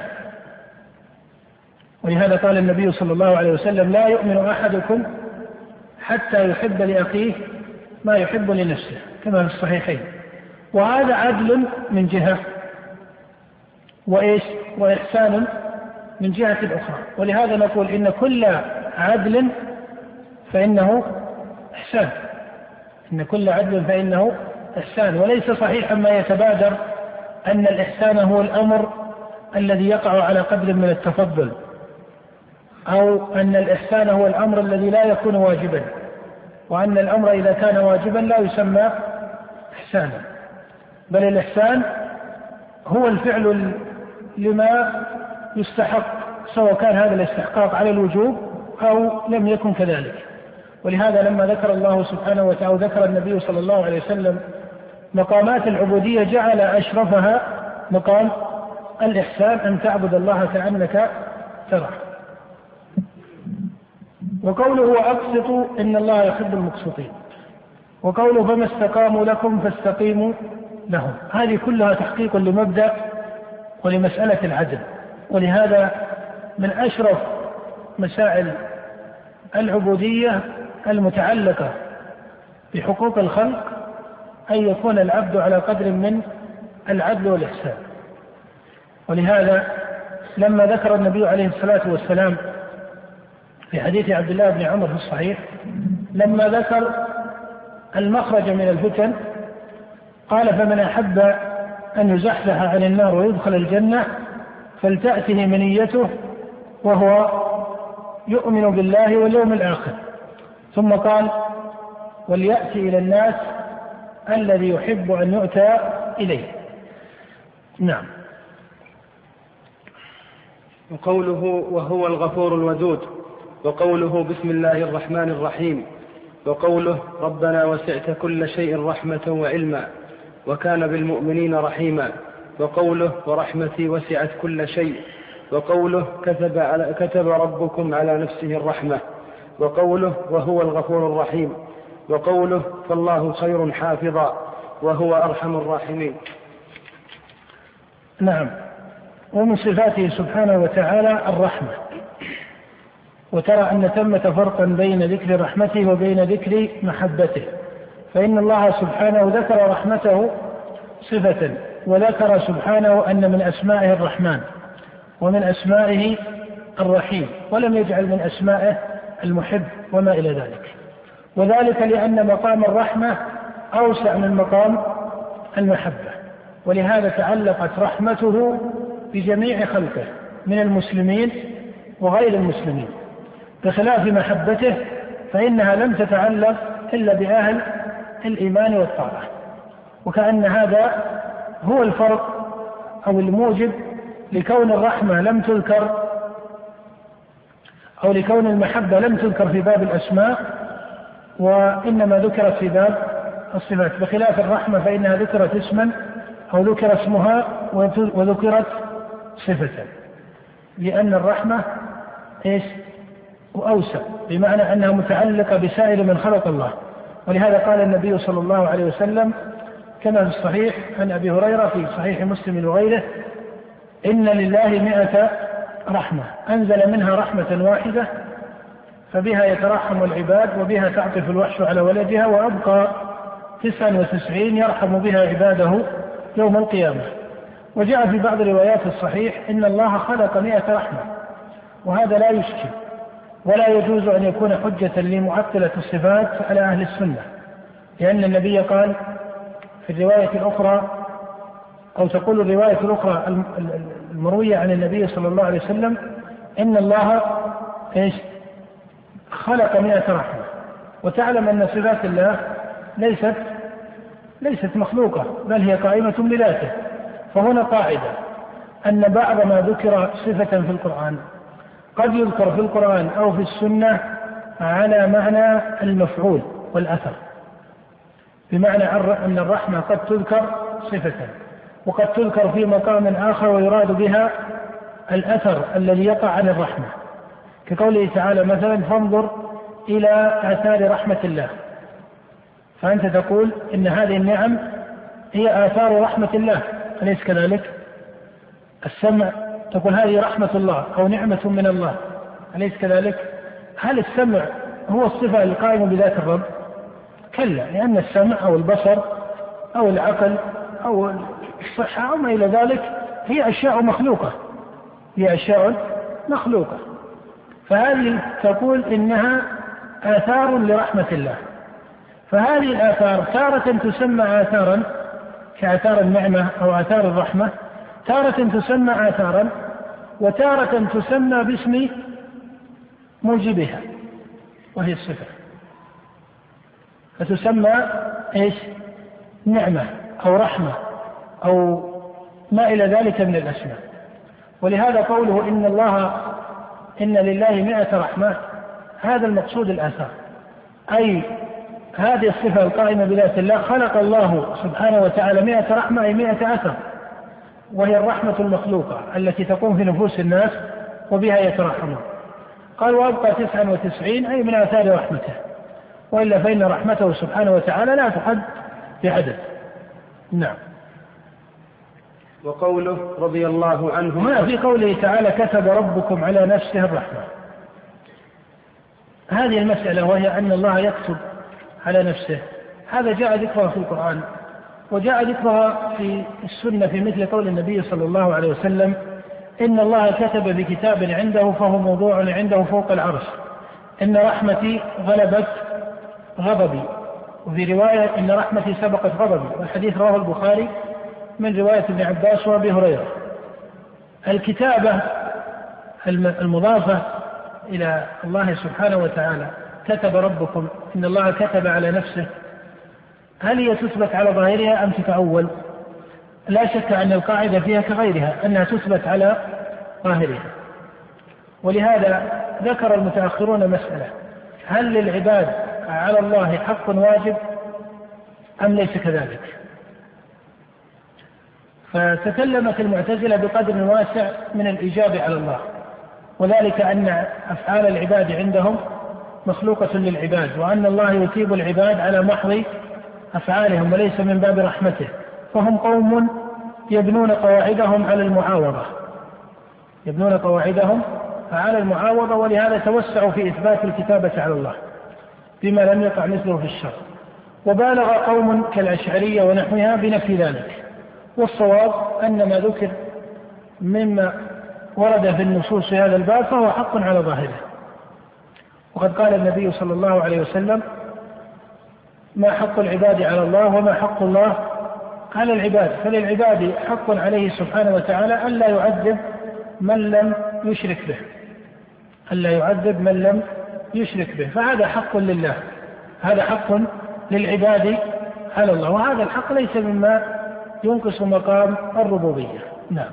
ولهذا قال النبي صلى الله عليه وسلم لا يؤمن أحدكم حتى يحب لأخيه ما يحب لنفسه، كما في الصحيحين. وهذا عدل من جهة، وإيش؟ وإحسان من جهة أخرى. ولهذا نقول إن كل عدل فإنه إحسان، إن كل عدل فإنه إحسان. وليس صحيحا ما يتبادر أن الإحسان هو الأمر الذي يقع على قدر من التفضل، أو أن الإحسان هو الأمر الذي لا يكون واجبا، وأن الأمر إذا كان واجبا لا يسمى إحسانا. بل الإحسان هو الفعل لما يستحق، سواء كان هذا الاستحقاق على الوجوب أو لم يكن كذلك. ولهذا لما ذكر الله سبحانه وتعالى ذكر النبي صلى الله عليه وسلم مقامات العبودية جعل أشرفها مقام الإحسان، أن تعبد الله كأنك تراه. وقوله وأقسطوا إن الله يحب المقسطين، وقوله فما استقاموا لكم فاستقيموا لهم، هذه كلها تحقيق لمبدأ ولمسألة العدل. ولهذا من أشرف مسائل العبودية المتعلقة بحقوق الخلق أن يكون العبد على قدر من العدل والإحسان. ولهذا لما ذكر النبي عليه الصلاة والسلام في حديث عبد الله بن عمر في الصحيح، لما ذكر المخرج من الفتن قال فمن أحب أن يزحزح عن النار ويدخل الجنة فلتأته منيته وهو يؤمن بالله واليوم الآخر. ثم قال وليأتي إلى الناس الذي يحب أن يؤتى إليه. نعم. وقوله وهو الغفور الودود، وقوله بسم الله الرحمن الرحيم، وقوله ربنا وسعت كل شيء رحمة وعلما وكان بالمؤمنين رحيما، وقوله ورحمتي وسعت كل شيء، وقوله كتب ربكم على نفسه الرحمة، وقوله وهو الغفور الرحيم، وقوله فالله خير حافظا وهو أرحم الراحمين. نعم. ومن صفاته سبحانه وتعالى الرحمة، وترى أن ثمة فرقا بين ذكر رحمته وبين ذكر محبته، فإن الله سبحانه ذكر رحمته صفة، وذكر سبحانه أن من أسمائه الرحمن ومن أسمائه الرحيم، ولم يجعل من أسمائه المحب وما إلى ذلك، وذلك لأن مقام الرحمة أوسع من مقام المحبة، ولهذا تعلقت رحمته بجميع خلقه من المسلمين وغير المسلمين، بخلاف محبته فإنها لم تتعلق إلا بأهل الإيمان والطاعة. وكأن هذا هو الفرق أو الموجب لكون الرحمة لم تذكر أو لكون المحبة لم تذكر في باب الأسماء وإنما ذكرت في باب الصفات، بخلاف الرحمة فإنها ذكرت اسما أو ذكر اسمها وذكرت صفة، لأن الرحمة أوسع، بمعنى أنها متعلقة بسائر من خلق الله. ولهذا قال النبي صلى الله عليه وسلم كما في الصحيح عن أبي هريرة في صحيح مسلم وغيره إن لله 100 رحمة أنزل منها رحمة واحدة فبها يترحم العباد وبها تعطف الوحش على ولدها، وأبقى 99 يرحم بها عباده يوم القيامة. وجاء في بعض روايات الصحيح إن الله خلق 100 رحمة، وهذا لا يشكل ولا يجوز أن يكون حجة لمعطلة الصفات على أهل السنة، لأن النبي قال في الرواية الأخرى أو تقول الرواية الأخرى المروية عن النبي صلى الله عليه وسلم إن الله خلق 100 رحمة، وتعلم أن صفات الله ليست مخلوقة بل هي قائمة بذاته. فهنا قاعدة أن بعض ما ذكر صفة في القرآن قد يذكر في القرآن أو في السنة على معنى المفعول والأثر، بمعنى أن الرحمة قد تذكر صفة وقد تذكر في مقام آخر ويراد بها الأثر الذي يقع عن الرحمة، كقوله تعالى مثلا فانظر إلى آثار رحمة الله، فأنت تقول إن هذه النعم هي آثار رحمة الله، أليس كذلك؟ السمع تقول هذه رحمة الله أو نعمة من الله، أليس كذلك؟ هل السمع هو الصفة القائمة بذات الرب؟ كلا، لأن السمع أو البصر أو العقل أو الصحة أو ما إلى ذلك هي أشياء مخلوقة، فهذه تقول إنها آثار لرحمة الله. فهذه الآثار تارة تسمى آثارا كآثار النعمة أو آثار الرحمة، تارة تسمى آثارا، وتارة تسمى باسم موجبها وهي الصفة، فتسمى نعمة أو رحمة أو ما إلى ذلك من الأسماء. ولهذا قوله إن لله 100 رحمة، هذا المقصود الآثار، أي هذه الصفة القائمة بذات الله خلق الله سبحانه وتعالى 100 رحمة أي 100 أثر، وهي الرحمة المخلوقة التي تقوم في نفوس الناس وبها يترحمون. قال وأبقى 99 أي من آثار رحمته، وإلا فإن رحمته سبحانه وتعالى لا تحد بعدد. نعم. وقوله رضي الله عنه، هنا في قوله تعالى كتب ربكم على نفسه الرحمة، هذه المسألة وهي أن الله يكتب على نفسه، هذا جاء ذكرها في القرآن وجاء ذكرها في السنة في مثل قول النبي صلى الله عليه وسلم إن الله كتب بكتاب عنده فهو موضوع عنده فوق العرش، إن رحمتي غلبت غضبي وفي رواية إن رحمتي سبقت غضبي، والحديث رواه البخاري من رواية ابن عباس وأبي هريرة. الكتابة المضافة إلى الله سبحانه وتعالى، كتب ربكم، إن الله كتب على نفسه، هل هي تثبت على ظاهرها أم تتأول؟ لا شك أن القاعدة فيها كغيرها أنها تثبت على ظاهرها. ولهذا ذكر المتأخرون مسألة: هل للعباد على الله حق واجب أم ليس كذلك؟ فتكلمت المعتزلة بقدر واسع من الإجابة على الله، وذلك أن أفعال العباد عندهم مخلوقة للعباد، وأن الله يثيب العباد على محض أفعالهم وليس من باب رحمته، فهم قوم يبنون قواعدهم على المعاوضة، يبنون قواعدهم على المعاوضة، ولهذا توسعوا في إثبات الكتابة على الله بما لم يقع مثله في الشرع. وبالغ قوم كالأشعرية ونحوها بنفي ذلك، والصواب أن ما ذكر مما ورد في النصوص في هذا الباب فهو حق على ظاهره. وقد قال النبي صلى الله عليه وسلم: ما حق العباد على الله وما حق الله على العباد، فللعباد حق عليه سبحانه وتعالى ألا يعذب من لم يشرك به، ألا يعذب من لم يشرك به، فهذا حق لله، هذا حق للعباد على الله، وهذا الحق ليس مما ينقص مقام الربوبية. نعم.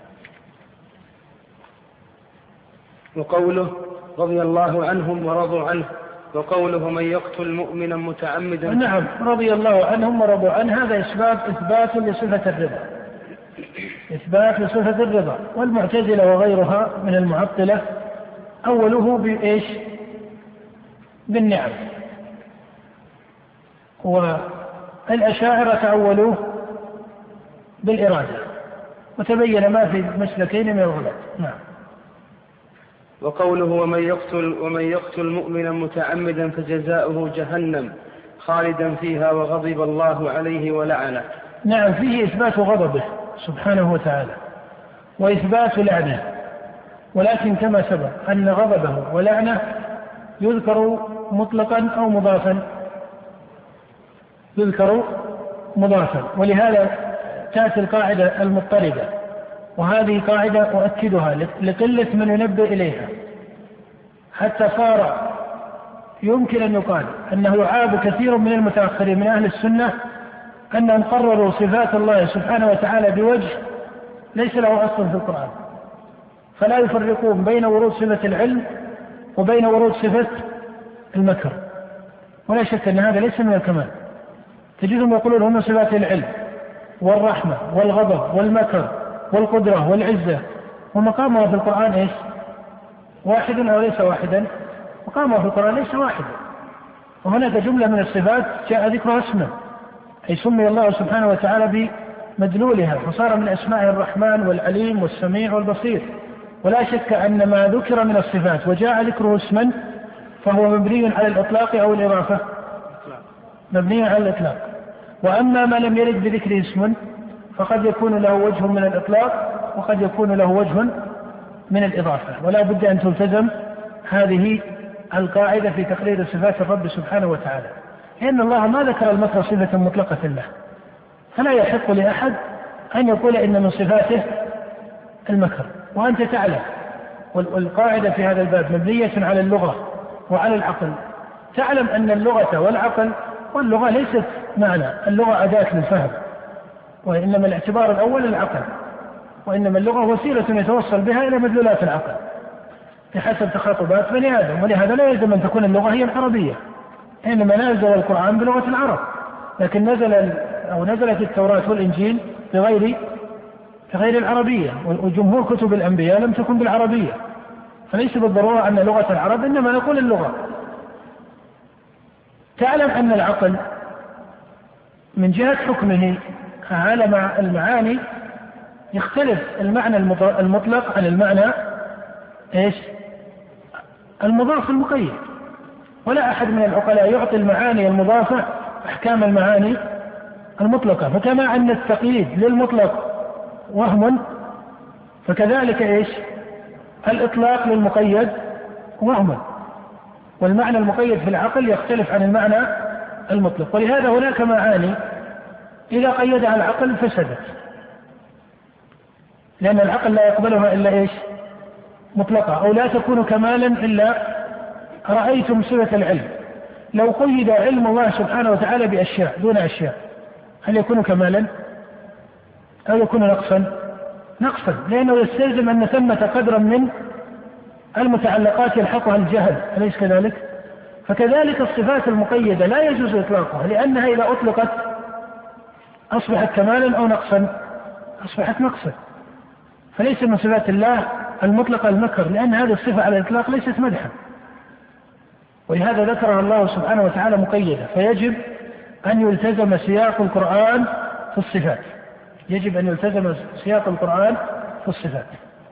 وقوله رضي الله عنهم ورضوا عنه، وقوله من يقتل مؤمنا متعمدا. نعم، رضي الله عنهم ورضوا عنه، هذا إثبات لصفة الرضا، إثبات لصفة الرضا. والمعتزلة وغيرها من المعطلة أوله بإيش؟ بالنعم، والأشاعرة تأولوه بالإرادة، وتبين ما في مسلكين من الغلط. نعم. وقوله ومن يقتل مؤمنا متعمدا فجزاؤه جهنم خالدا فيها وغضب الله عليه ولعنه. نعم، فيه إثبات غضبه سبحانه وتعالى وإثبات لعنه، ولكن كما سبق أن غضبه ولعنه يذكر مطلقا أو مضافا، يذكر مضافا، ولهذا تأتي القاعدة المضطردة، وهذه قاعدة أؤكدها لقلة من ينبه إليها، حتى صار يمكن أن يقال أنه يعاب كثير من المتأخرين من أهل السنة أنهم قرروا صفات الله سبحانه وتعالى بوجه ليس له أصل في القرآن، فلا يفرقون بين ورود صفة العلم وبين ورود صفة المكر، ولا شك أن هذا ليس من الكمال. تجدهم يقولون هم صفات العلم والرحمة والغضب والمكر والقدرة والعزة، ومقامها في القرآن إيش؟ واحد أو ليس واحدا؟ مقامها في القرآن ليس واحدا. وهناك جملة من الصفات جاء ذكرها اسمه، أي سمي الله سبحانه وتعالى بمدلولها، فصار من أسماء الرحمن والعليم والسميع والبصير. ولا شك أن ما ذكر من الصفات وجاء ذكره اسما فهو مبني على الإطلاق أو الإضافة، مبني على الإطلاق. وأما ما لم يرد بذكر اسم فقد يكون له وجه من الإطلاق وقد يكون له وجه من الإضافة، ولا بد أن تلتزم هذه القاعدة في تقرير صفات الرب سبحانه وتعالى، لأن الله ما ذكر المكر صفة مطلقة له، فلا يحق لأحد أن يقول إن من صفاته المكر. وأنت تعلم، والقاعدة في هذا الباب مبنية على اللغة وعلى العقل، تعلم أن اللغة والعقل، واللغة ليست معنى، اللغة أداة للفهم، وإنما الاعتبار الأول العقل، وإنما اللغة وسيلة يتوصل بها إلى مدلولات العقل بحسب تخاطبات بني آدم. ولهذا لا يلزم أن تكون اللغة هي العربية، إنما نزل القرآن بلغة العرب، لكن نزلت التوراة والإنجيل بغير العربية، وجمهور كتب الأنبياء لم تكن بالعربية، فليس بالضرورة أن لغة العرب، إنما نقول اللغة. تعلم أن العقل من جهة حكمه على المعاني يختلف المعنى المطلق عن المعنى إيش؟ المضاف المقيد، ولا أحد من العقلاء يعطي المعاني المضافة أحكام المعاني المطلقة. فكما أن التقييد للمطلق وهم، فكذلك إيش؟ الإطلاق للمقيد وهم، والمعنى المقيد في العقل يختلف عن المعنى المطلق. ولهذا هناك معاني إذا قيدها العقل فسدت، لأن العقل لا يقبلها إلا إيش؟ مطلقة، أو لا تكون كمالا إلا رأيتم صفة العلم. لو قيد علم الله سبحانه وتعالى بأشياء دون أشياء هل يكون كمالا أو يكون نقصا؟ نقصا، لأنه يستلزم أن ثمة قدرا من المتعلقات يلحقها الجهل، أليس كذلك؟ فكذلك الصفات المقيدة لا يجوز إطلاقها، لأنها إذا أطلقت أصبحت كمالا أو نقصا؟ أصبحت نقصا. فليس من صفات الله المطلقة المكر، لأن هذه الصفة على الإطلاق ليست مدحا، ولهذا ذكرها الله سبحانه وتعالى مقيدة. فيجب أن يلتزم سياق القرآن في الصفات، يجب أن يلتزم سياق القرآن في الصفات.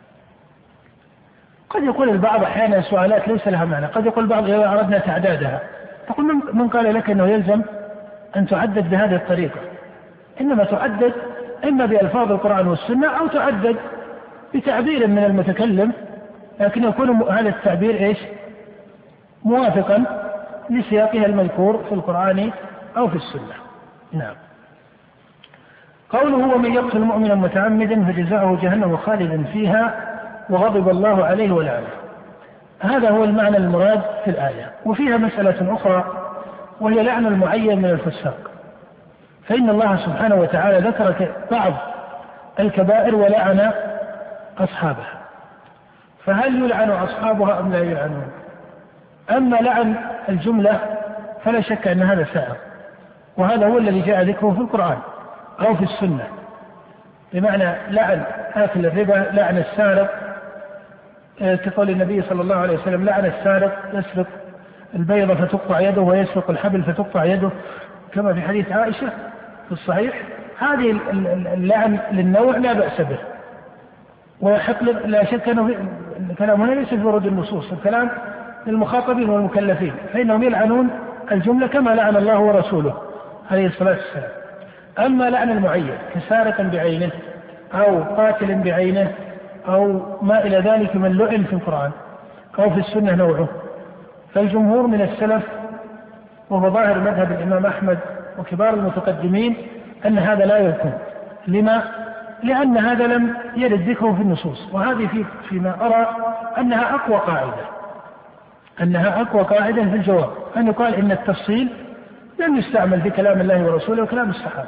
قد يقول البعض أحيانا سؤالات ليس لها معنى، قد يقول البعض إذا أردنا تعدادها، تقول من قال لك أنه يلزم أن تعدد بهذه الطريقة؟ إنما تعدد إما بألفاظ القرآن والسنة أو تعدد بتعبير من المتكلم، لكن يكون هذا التعبير إيش؟ موافقا لسياقها المذكور في القرآن أو في السنة. نعم. قوله ومن يقتل مؤمنا متعمدا فجزاؤه جهنم خالدا فيها وغضب الله عليه ولعنه، هذا هو المعنى المراد في الآية. وفيها مسألة أخرى وهي لعن المعين من الفساق، فإن الله سبحانه وتعالى ذكر بعض الكبائر ولعن أصحابها، فهل يلعن أصحابها أم لا يلعنون؟ أما لعن الجملة فلا شك أن هذا سائر، وهذا هو الذي جاء ذكره في القرآن أو في السنة، بمعنى لعن آكل الربا، لعن السارق، كقول النبي صلى الله عليه وسلم لعن السارق يسرق البيضة فتقطع يده ويسرق الحبل فتقطع يده، كما في حديث عائشة في الصحيح. هذه اللعن للنوع لا بأس به، ويحق لا شك أنه الكلام هنا ليس في ورود النصوص، الكلام للمخاطبين والمكلفين، فإنهم يلعنون الجملة كما لعن الله ورسوله عليه الصلاة والسلام. أما لعن المعين كسارق بعينه أو قاتل بعينه أو ما إلى ذلك من لعن في القرآن أو في السنة نوعه، فالجمهور من السلف وهو ظاهر مذهب الإمام أحمد وكبار المتقدمين أن هذا لا يكون. لما؟ لأن هذا لم يرد ذكره في النصوص، وهذه فيما أرى أنها أقوى قاعدة، أنها أقوى قاعدة في الجواب، أن يقال إن التفصيل لم يستعمل في كلام الله ورسوله وكلام الصحابة.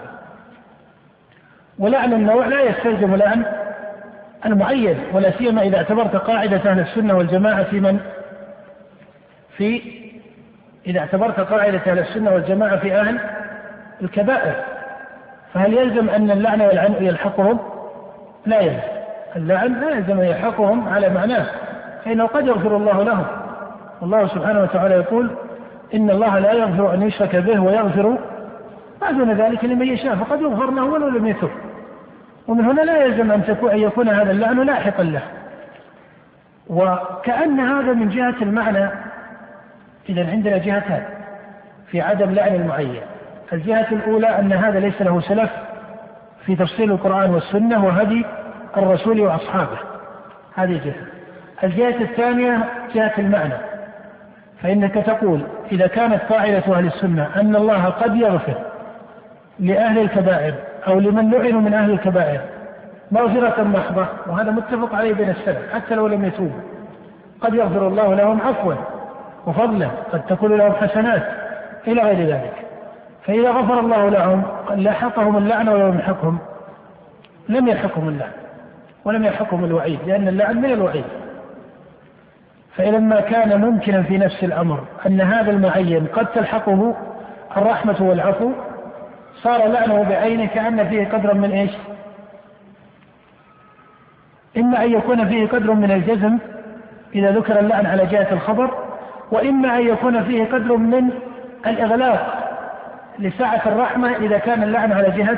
ولعن النوع لا يستلزم لعن المعين، ولا سيما إذا اعتبرت قاعدة أهل السنة والجماعة إذا اعتبرت قاعدة أهل السنة والجماعة في أهل الكبائر، فهل يلزم أن اللعن والعن يلحقهم؟ لا يلزم، اللعن لا يلزم أن يلحقهم على معناه، فإنه قد يغفر الله لهم. والله سبحانه وتعالى يقول إن الله لا يغفر أن يشرك به ويغفر ما دون ذلك لمن يشاء، فقد يغفر له ولو لم يتب. ومن هنا لا يلزم أن يكون هذا اللعن لاحقا له. وكأن هذا من جهة المعنى. إذن عندنا جهتان في عدم لعن المعين. الجهة الأولى أن هذا ليس له سلف في تفصيل القرآن والسنة وهدي الرسول وأصحابه، هذه جهة. الجهة الثانية جهة المعنى، فإنك تقول إذا كانت قاعدة أهل السنة أن الله قد يغفر لأهل الكبائر أو لمن لعنوا من أهل الكبائر مغفرة محضة، وهذا متفق عليه بين السلف حتى لو لم يتوبوا، قد يغفر الله لهم عفوا وفضلا، قد تكون لهم حسنات إلى غير ذلك. فإذا غفر الله لهم لاحقهم اللعن ولم يلحقهم، لم يلحقهم اللعن ولم يلحقهم الوعيد، لأن اللعن من الوعيد. فإذا ما كان ممكنا في نفس الأمر أن هذا المعين قد تلحقه الرحمة والعفو، صار لعنه بعينه كأن فيه قدر من إيش؟ إما أن يكون فيه قدر من الجزم إذا ذكر اللعن على جهة الخبر، وإما أن يكون فيه قدر من الإغلاق لسعة الرحمة إذا كان اللعن على جهة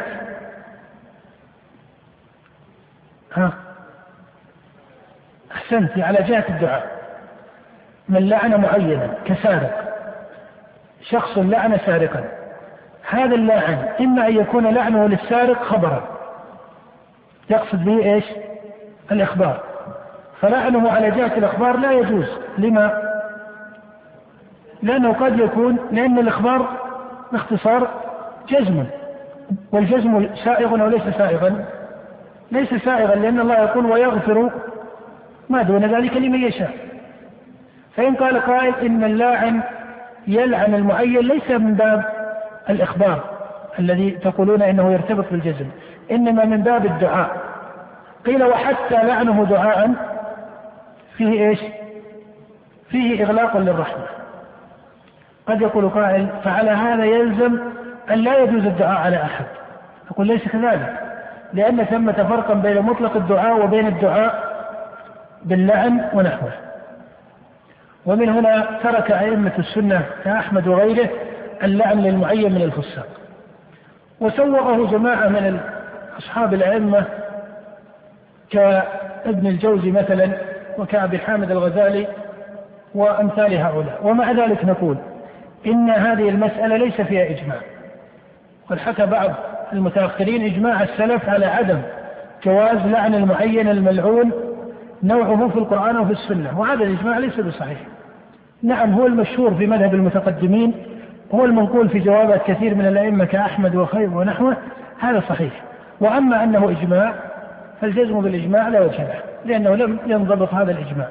أحسنت على جهة الدعاء. من لعن معينا كسارق، شخص لعن سارقا، هذا اللعن إما أن يكون لعنه للسارق خبرا يقصد به إيش؟ الإخبار، فلعنه على جهة الإخبار لا يجوز. لما؟ لأنه قد يكون لأن الإخبار باختصار جزم، والجزم سائغ أو ليس سائغا؟ ليس سائغا، لأن الله يقول ويغفر ما دون ذلك لمن يشاء. فإن قال قائل إن اللاعن يلعن المعين ليس من باب الإخبار الذي تقولون إنه يرتبط بالجزم، إنما من باب الدعاء. قيل وحتى لعنه دعاء فيه إيش؟ فيه إغلاق للرحمة. قد يقول قائل فعلى هذا يلزم أن لا يجوز الدعاء على أحد. أقول ليس كذلك، لأن ثمة فرقا بين مطلق الدعاء وبين الدعاء باللعن ونحوه. ومن هنا ترك أئمة السنة كأحمد وغيره اللعن للمعين من الفساق، وسوغه جماعة من أصحاب الأئمة كابن الجوزي مثلا وكأبي حامد الغزالي وأمثال هؤلاء. ومع ذلك نقول إن هذه المسألة ليس فيها إجماع، قد حكى بعض المتأخرين إجماع السلف على عدم جواز لعن المعين الملعون نوعه في القرآن وفي السنة، وهذا الإجماع ليس بصحيح. نعم هو المشهور في مذهب المتقدمين، هو المنقول في جوابات كثير من الأئمة كأحمد وخير ونحوه، هذا صحيح. وأما أنه إجماع فالجزم بالإجماع لا وجه له، لأنه لم ينضبط هذا الإجماع.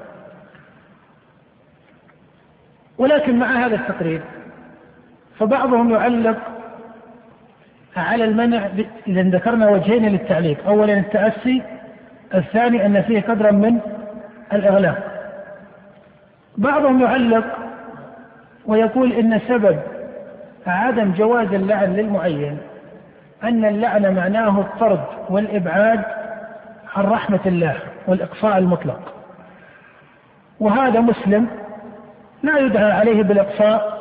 ولكن مع هذا التقرير فبعضهم يعلق على المنع إذا ذكرنا وجهين للتعليق: أولا التأسي، الثاني أن فيه قدرا من الإغلاق. بعضهم يعلق ويقول إن سبب عدم جواز اللعن للمعين أن اللعن معناه الطرد والإبعاد عن رحمة الله والإقصاء المطلق، وهذا مسلم لا يدعى عليه بالإقصاء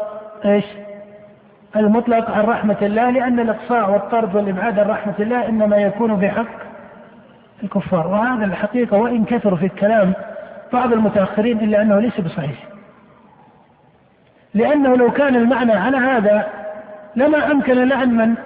المطلق عن رحمة الله، لأن الإقصاء والطرد والإبعاد عن رحمة الله إنما يكون في حق الكفار. وهذا الحقيقة وإن كثر في الكلام بعض المتأخرين إلا أنه ليس بصحيح، لأنه لو كان المعنى على هذا لما أمكن لعن من،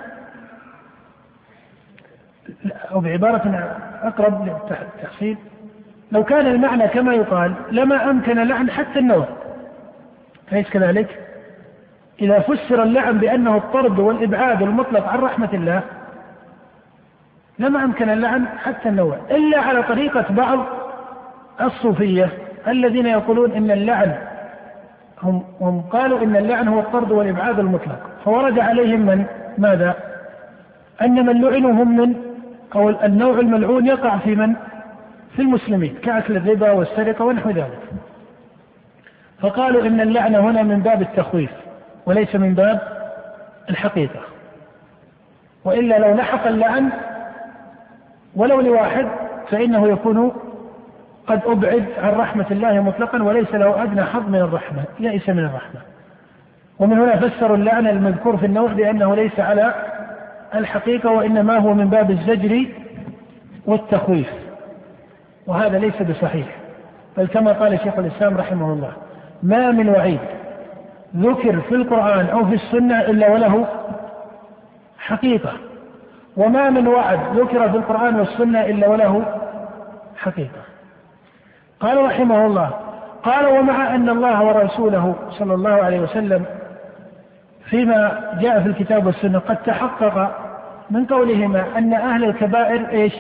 أو بعبارة أقرب للتحصيل، لو كان المعنى كما يقال لما أمكن لعن حتى النوع. أليس كذلك؟ إذا فسر اللعن بأنه الطرد والإبعاد المطلق عن رحمة الله لما أمكن اللعن حتى النوع، إلا على طريقة بعض الصوفية الذين يقولون إن اللعن هم قالوا إن اللعن هو الطرد والإبعاد المطلق، فورد عليهم من ماذا؟ أن من لعنوا هم من، أو النوع الملعون يقع في من؟ في المسلمين، كأكل الربا والسرقة ونحو ذلك. فقالوا إن اللعن هنا من باب التخويف وليس من باب الحقيقة، وإلا لو لحق اللعن ولو لواحد فإنه يكون قد أبعد عن رحمة الله مطلقا وليس له أدنى حظ من الرحمة، يئس من الرحمة. ومن هنا فسروا اللعن المذكور في النوع بأنه ليس على الحقيقة وإنما هو من باب الزجر والتخويف، وهذا ليس بصحيح. بل كما قال شيخ الإسلام رحمه الله: ما من وعيد ذكر في القرآن أو في السنة إلا وله حقيقة، وما من وعد ذكر في القرآن والسنة إلا وله حقيقة. قال رحمه الله: قال ومع أن الله ورسوله صلى الله عليه وسلم فيما جاء في الكتاب والسنة قد تحقق من قولهما أن أهل الكبائر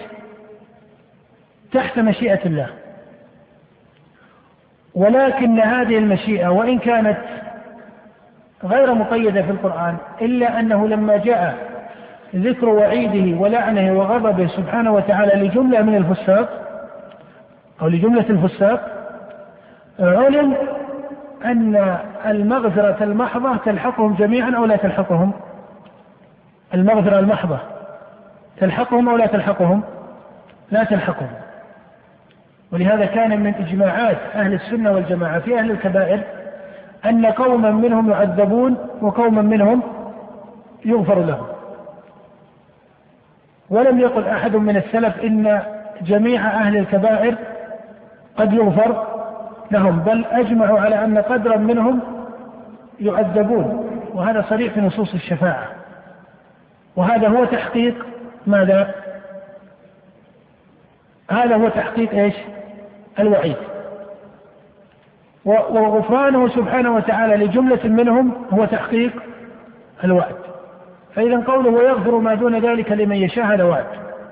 تحت مشيئة الله، ولكن هذه المشيئة وإن كانت غير مقيدة في القرآن إلا أنه لما جاء ذكر وعيده ولعنه وغضبه سبحانه وتعالى لجملة من الفساق أو لجملة الفساق، علم أن المغفرة المحضة تلحقهم جميعا أو لا تلحقهم. المغفرة المحضة تلحقهم أو لا تلحقهم؟ لا تلحقهم. ولهذا كان من إجماعات أهل السنة والجماعة في أهل الكبائر أن قوما منهم يعذبون وقوما منهم يغفر لهم. ولم يقل أحد من السلف إن جميع أهل الكبائر قد يغفر لهم، بل أجمعوا على أن قدرا منهم يعذبون، وهذا صريح في نصوص الشفاعة. وهذا هو تحقيق ماذا؟ هذا هو تحقيق الوعيد. وغفرانه سبحانه وتعالى لجملة منهم هو تحقيق الوعد. فإذا قوله ويغفر ما دون ذلك لمن يشاء هذا وعد،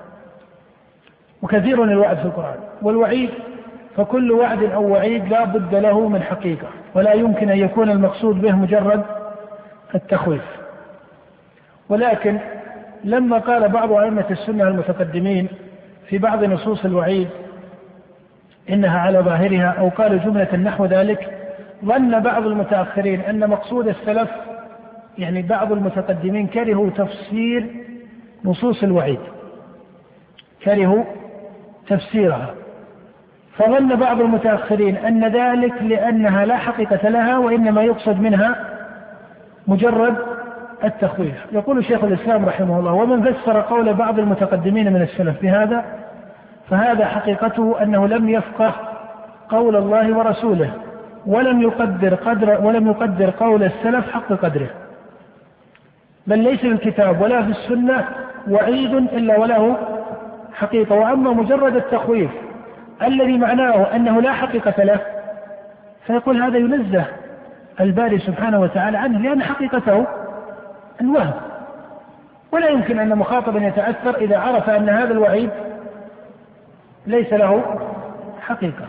وكثير الوعد في القرآن. والوعيد فكل وعد أو وعيد لا بد له من حقيقة، ولا يمكن أن يكون المقصود به مجرد التخويف. ولكن لما قال بعض أئمة السنة المتقدمين في بعض نصوص الوعيد إنها على ظاهرها أو قالوا جملة نحو ذلك، ظن بعض المتأخرين أن مقصود السلف، يعني بعض المتقدمين كرهوا تفسير نصوص الوعيد، كرهوا تفسيرها، فظن بعض المتأخرين أن ذلك لأنها لا حقيقة لها وإنما يقصد منها مجرد التخويف. يقول شيخ الإسلام رحمه الله: ومن فسر قول بعض المتقدمين من السلف بهذا فهذا حقيقته أنه لم يفقه قول الله ورسوله، ولم يقدر قول السلف حق قدره، بل ليس في الكتاب ولا في السنة وعيد إلا وله حقيقة. وأما مجرد التخويف الذي معناه أنه لا حقيقة له فيقول هذا ينزه الباري سبحانه وتعالى عنه، لأن حقيقته الوهم، ولا يمكن أن مخاطبا يتأثر إذا عرف أن هذا الوعيد ليس له حقيقة.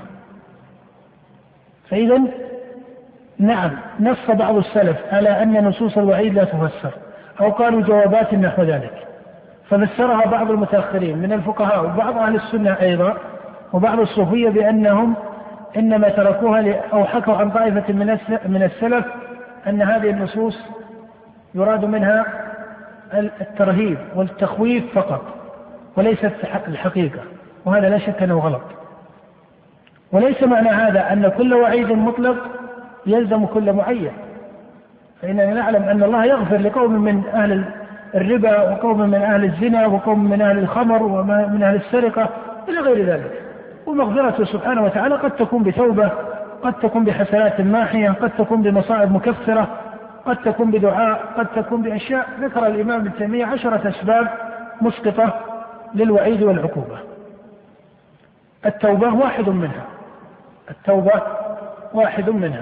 فإذا نعم، نص بعض السلف على أن نصوص الوعيد لا تفسر، أو قالوا جوابات نحو ذلك، ففسرها بعض المتأخرين من الفقهاء وبعض أهل السنة أيضا وبعض الصوفية بأنهم إنما تركوها أو حكوا عن طائفة من السلف أن هذه النصوص يراد منها الترهيب والتخويف فقط وليست الحقيقة، وهذا لا شك أنه غلط. وليس معنى هذا أن كل وعيد مطلق يلزم كل معين، فإننا نعلم أن الله يغفر لقوم من أهل الربا وقوم من أهل الزنا وقوم من أهل الخمر ومن أهل السرقة إلى غير ذلك، ومغفرته سبحانه وتعالى قد تكون بتوبة، قد تكون بحسنات ماحية، قد تكون بمصائب مكفرة، قد تكون بدعاء، قد تكون بأشياء. ذكر الإمام ابن تيمية 10 أسباب مسقطة للوعيد والعقوبة. التوبة واحد منها، التوبة واحد منها.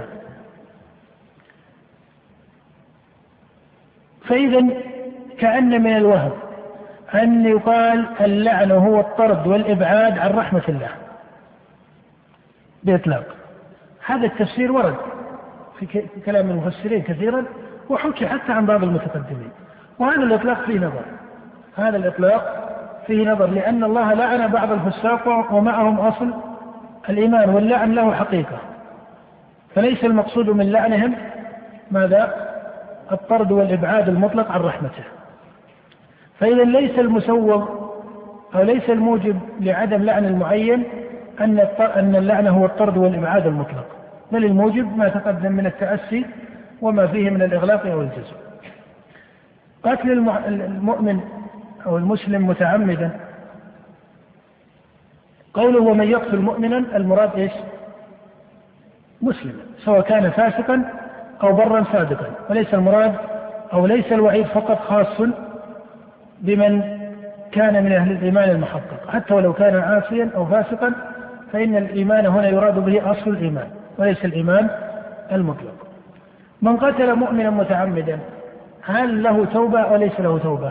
فإذا كأن من الوهم أن يقال اللعن هو الطرد والإبعاد عن رحمة الله بإطلاق. هذا التفسير ورد في كلام المفسرين كثيرا، وحكي حتى عن بعض المتقدمين، وهذا الإطلاق فيه نظر، هذا الإطلاق فيه نظر، لأن الله لعن بعض الفساق ومعهم أصل الإيمان، واللعن له حقيقة، فليس المقصود من لعنهم ماذا؟ الطرد والإبعاد المطلق عن رحمته. فإذا ليس المسوغ أو ليس الموجب لعدم لعن المعين أن اللعن هو الطرد والإبعاد المطلق، بل الموجب ما تقدم من التأسي وما فيه من الإغلاق أو الجزم. قتل المؤمن أو المسلم متعمدا، قوله ومن يقتل مؤمنا المراد إيش؟ مسلما، سواء كان فاسقا أو برا صادقا، وليس المراد أو ليس الوعيد فقط خاص بمن كان من أهل الإيمان المحقق، حتى ولو كان عاصيا أو فاسقا فإن الإيمان هنا يراد به أصل الإيمان وليس الإيمان المطلق. من قتل مؤمنا متعمدا هل له توبة أو ليس له توبة؟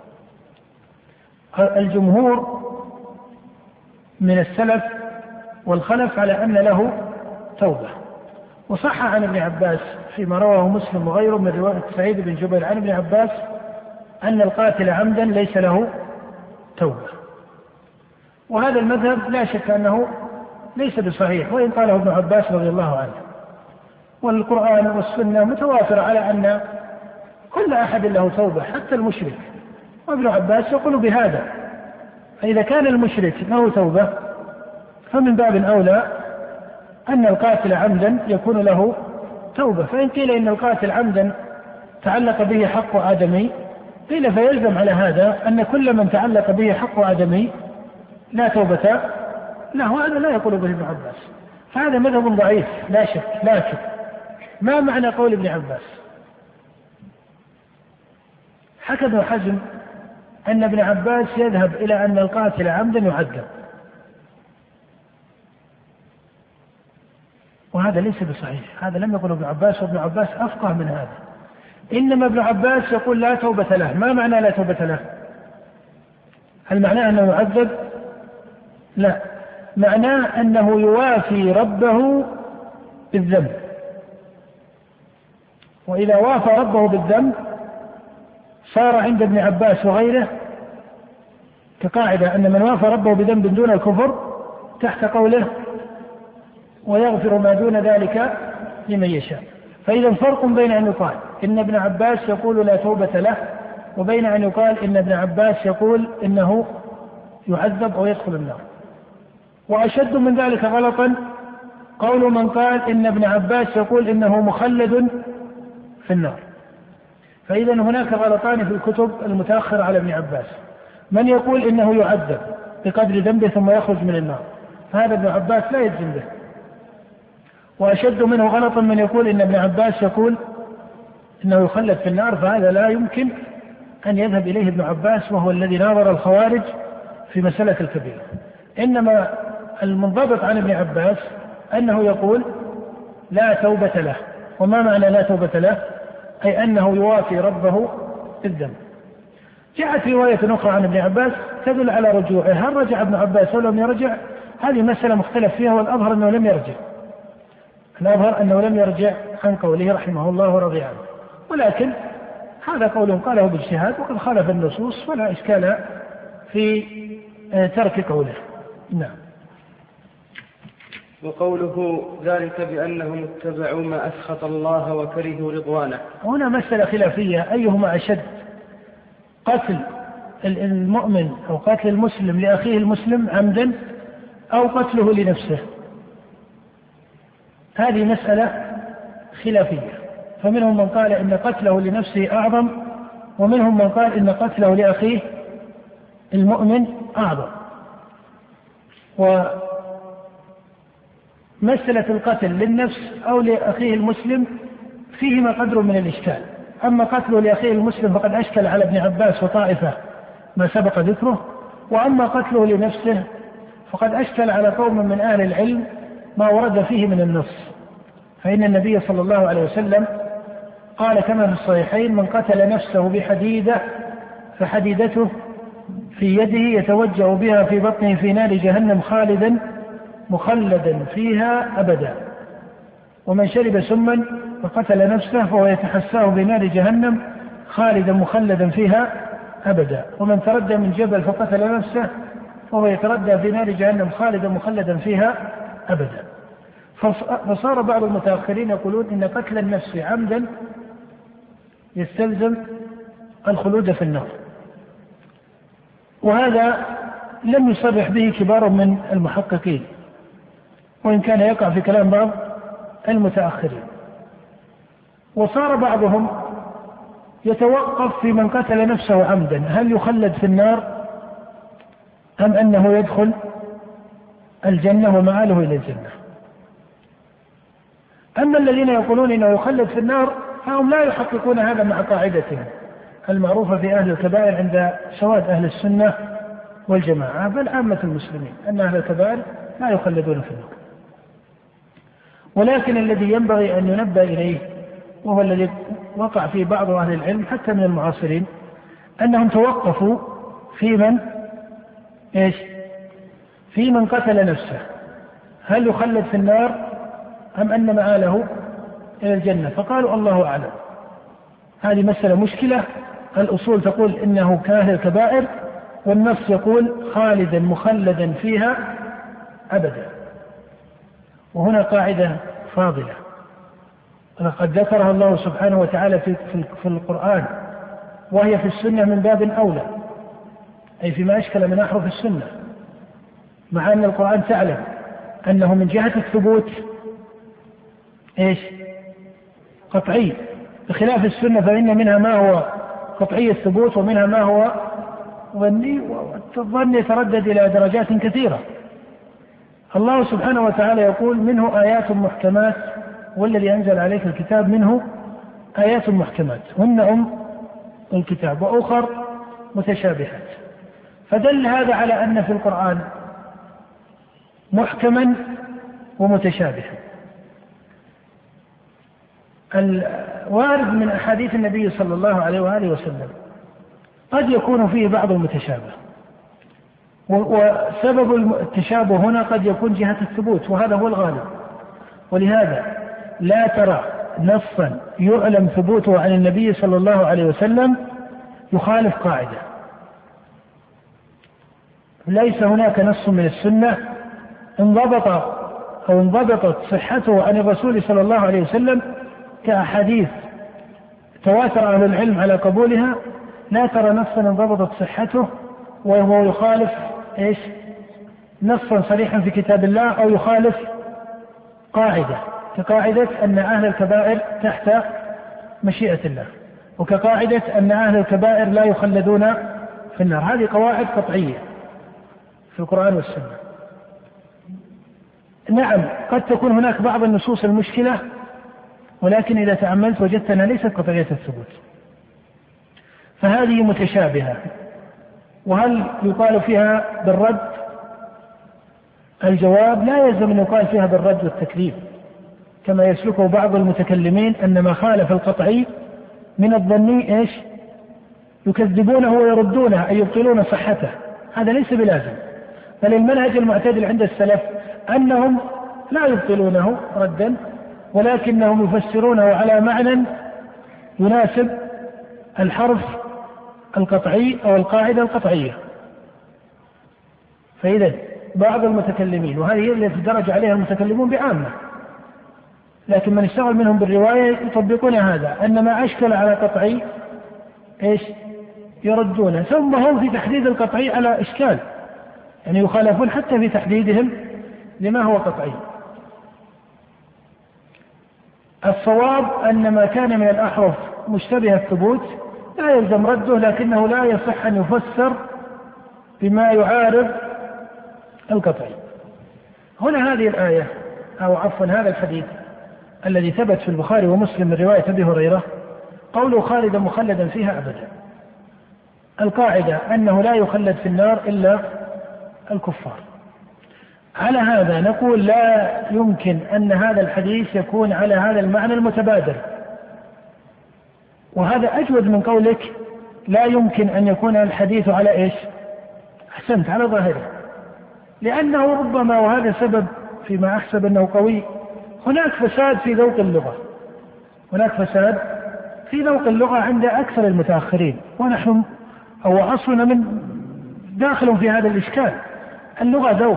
الجمهور من السلف والخلف على أن له توبة، وصح عن ابن عباس فيما رواه مسلم وغيره من رواية سعيد بن جبير عن ابن عباس أن القاتل عمدا ليس له توبة. وهذا المذهب لا شك أنه ليس بصحيح، وإن قاله ابن عباس رضي الله عنه، والقرآن والسنة متوافر على أن كل أحد له توبة حتى المشرك، وابن عباس يقول بهذا. فإذا كان المشرك له توبة فمن باب أولى أن القاتل عمدا يكون له توبة. فإن قيل إن القاتل عمدا تعلق به حق آدمي قيل فيلزم على هذا أن كل من تعلق به حق آدمي لا توبة له، هذا لا يقول به ابن عباس، فهذا مذهب ضعيف لا شك. لكن ما معنى قول ابن عباس؟ حكى ابن حزم أن ابن عباس يذهب إلى أن القاتل عمدا يعذب، وهذا ليس بصحيح، هذا لم يقل ابن عباس، وابن عباس أفقه من هذا، إنما ابن عباس يقول لا توبة له. ما معنى لا توبة له؟ هل معناه أنه يعذب؟ لا، معناه أنه يوافي ربه بالذنب، وإذا وافى ربه بالذنب صار عند ابن عباس وغيره كقاعدة أن من وافى ربه بذنب دون الكفر تحت قوله ويغفر ما دون ذلك لمن يشاء. فإذا فرق بين أن يقال إن ابن عباس يقول لا توبة له، وبين أن يقال إن ابن عباس يقول إنه يعذب أو يدخل النار. وأشد من ذلك غلطا قول من قال إن ابن عباس يقول إنه مخلد في النار. فإذا هناك غلطان في الكتب المتأخرة على ابن عباس، من يقول إنه يعذب بقدر ذنبه ثم يخرج من النار، فهذا ابن عباس لا يجزم به. وأشد منه غلطا من يقول إن ابن عباس يقول إنه يخلد في النار، فهذا لا يمكن أن يذهب إليه ابن عباس، وهو الذي ناظر الخوارج في مسألة الكبيرة. إنما المنضبط عن ابن عباس أنه يقول لا توبة له. وما معنى لا توبة له؟ أي أنه يوافي ربه بالذنب. جاءت رواية أخرى عن ابن عباس تدل على رجوعه، هل رجع ابن عباس ولم يرجع؟ هذه مسألة مختلف فيها، والأظهر أنه لم يرجع. الأظهر أنه لم يرجع عن قوله رحمه الله ورضي عنه، ولكن هذا قوله قاله باجتهاد وقد خالف النصوص، ولا إشكال في ترك قوله. نعم. وقوله ذلك بأنهم اتبعوا ما أسخط الله وكرهوا رضوانه. هنا مسألة خلافية أيهما أشد، قتل المؤمن أو قتل المسلم لأخيه المسلم عمدا أو قتله لنفسه. هذه مسألة خلافية، فمنهم من قال إن قتله لنفسه أعظم، ومنهم من قال إن قتله لأخيه المؤمن أعظم. ومسألة القتل للنفس أو لأخيه المسلم فيهما قدر من الإشكال. أما قتله لأخيه المسلم فقد أشكل على ابن عباس وطائفة ما سبق ذكره، وأما قتله لنفسه فقد أشكل على قوم من أهل العلم ما ورد فيه من النص. فإن النبي صلى الله عليه وسلم قال كما في الصحيحين: من قتل نفسه بحديدة فحديدته في يده يتوجأ بها في بطنه في نار جهنم خالدا مخلدا فيها أبدا، ومن شرب سما فقتل نفسه فهو يتحساه بنار جهنم خالدا مخلدا فيها أبدا، ومن تردى من جبل فقتل نفسه فهو يتردى في نار جهنم خالدا مخلدا فيها أبدا. فصار بعض المتأخرين يقولون إن قتل النفس عمدا يستلزم الخلود في النار، وهذا لم يصرح به كبار من المحققين، وإن كان يقع في كلام بعض المتأخرين. وصار بعضهم يتوقف في من قتل نفسه عمدا، هل يخلد في النار أم أنه يدخل الجنة ومآله إلى الجنة. أما الذين يقولون إنه يخلد في النار فهم لا يحققون هذا مع قاعدتهم المعروفة في أهل الكبائر عند سواد أهل السنة والجماعة، بل عامة المسلمين، أن أهل الكبائر لا يخلدون في النار. ولكن الذي ينبغي أن ينبه إليه، وهو الذي وقع فيه بعض أهل العلم حتى من المعاصرين، أنهم توقفوا في من قتل نفسه، هل يخلد في النار أم أن مآله إلى الجنة، فقالوا الله أعلم. هذه مسألة مشكلة، الأصول تقول إنه كاهل الكبائر، والنص يقول خالدا مخلدا فيها أبدا. وهنا قاعدة فاضلة لقد ذكرها الله سبحانه وتعالى في القرآن، وهي في السنة من باب أولى، أي فيما أشكل من أحرف السنة، مع أن القرآن تعلم أنه من جهة الثبوت قطعي، بخلاف السنة فإن منها ما هو قطعي الثبوت ومنها ما هو ظني، والظن يتردد إلى درجات كثيرة. الله سبحانه وتعالى يقول: منه آيات محكمات والذي أنزل عليك الكتاب منه آيات محكمات هن الكتاب وأخر متشابهات. فدل هذا على أن في القرآن محكما ومتشابها. الوارد من أحاديث النبي صلى الله عليه وآله وسلم قد يكون فيه بعض المتشابه، وسبب التشابه هنا قد يكون جهة الثبوت، وهذا هو الغالب. ولهذا لا ترى نصا يعلم ثبوته عن النبي صلى الله عليه وسلم يخالف قاعدة. ليس هناك نص من السنة انضبطت صحته عن الرسول صلى الله عليه وسلم كأحاديث تواتر أهل العلم على قبولها، لا ترى نصا انضبطت صحته وهو يخالف نصا صريحا في كتاب الله، أو يخالف قاعدة كقاعدة أن أهل الكبائر تحت مشيئة الله، وكقاعدة أن أهل الكبائر لا يخلدون في النار. هذه قواعد قطعية في القرآن والسنة. نعم قد تكون هناك بعض النصوص المشكلة، ولكن إذا تأملت وجدت أنها ليست قطعية الثبوت، فهذه متشابهة. وهل يقال فيها بالرد؟ الجواب لا يلزم أن يقال فيها بالرد والتكذيب، كما يسلكه بعض المتكلمين أن ما خالف القطعي من الظني يكذبونه ويردونه أي يبطلون صحته. هذا ليس بلازم، بل المنهج المعتدل عند السلف أنهم لا يبطلونه ردا، ولكنهم يفسرونه على معنى يناسب الحرف القطعي أو القاعدة القطعية. فإذا بعض المتكلمين، وهذه هي التي درج عليها المتكلمون بعامة، لكن من اشتغل منهم بالرواية يطبقون هذا، أن ما أشكل على قطعي يردونه، ثم هم في تحديد القطعي على إشكال، يعني يخالفون حتى في تحديدهم لما هو قطعي. الصواب أن ما كان من الأحرف مشتبه الثبوت لا يلزم رده، لكنه لا يصح أن يفسر بما يعارض القطعي. هنا هذه الآية أو عفوا هذا الحديث الذي ثبت في البخاري ومسلم من رواية أبي هريرة قوله خالدا مخلدا فيها أبدا. القاعدة أنه لا يخلد في النار إلا الكفار. على هذا نقول لا يمكن أن هذا الحديث يكون على هذا المعنى المتبادر، وهذا أجود من قولك لا يمكن أن يكون الحديث على أحسنت، على ظاهره، لأنه ربما، وهذا سبب فيما أحسب أنه قوي، هناك فساد في ذوق اللغة، هناك فساد في ذوق اللغة عند أكثر المتأخرين، ونحن أو عصرنا من داخل في هذا الإشكال. اللغة ذوق،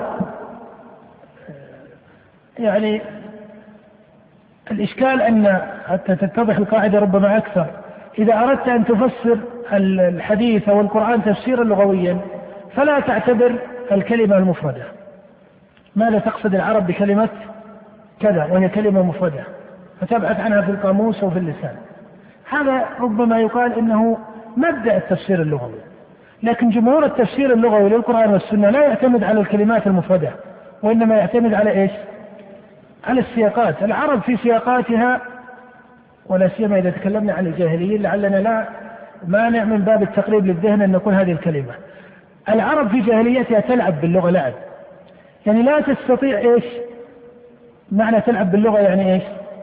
يعني الإشكال أن حتى تتضح القاعدة ربما أكثر، إذا أردت أن تفسر الحديث أو القرآن تفسيرا لغويا فلا تعتبر الكلمة المفردة. ماذا تقصد العرب بكلمة كذا وهي كلمة مفردة، فتبحث عنها في القاموس أو في اللسان. هذا ربما يقال إنه مبدأ التفسير اللغوي، لكن جمهور التفسير اللغوي للقرآن والسنة لا يعتمد على الكلمات المفردة، وإنما يعتمد على على السياقات. العرب في سياقاتها، ولا سيما إذا تكلمنا عن الجاهليين، لعلنا لا مانع من باب التقريب للذهن أن نقول هذه الكلمة. العرب في جاهليتها تلعب باللغة لعب، يعني لا تستطيع معنى تلعب باللغة يعني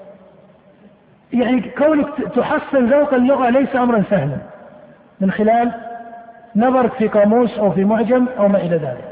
يعني كونك تحصل ذوق اللغة ليس أمرا سهلا من خلال نظرك في قاموس أو في معجم أو ما إلى ذلك.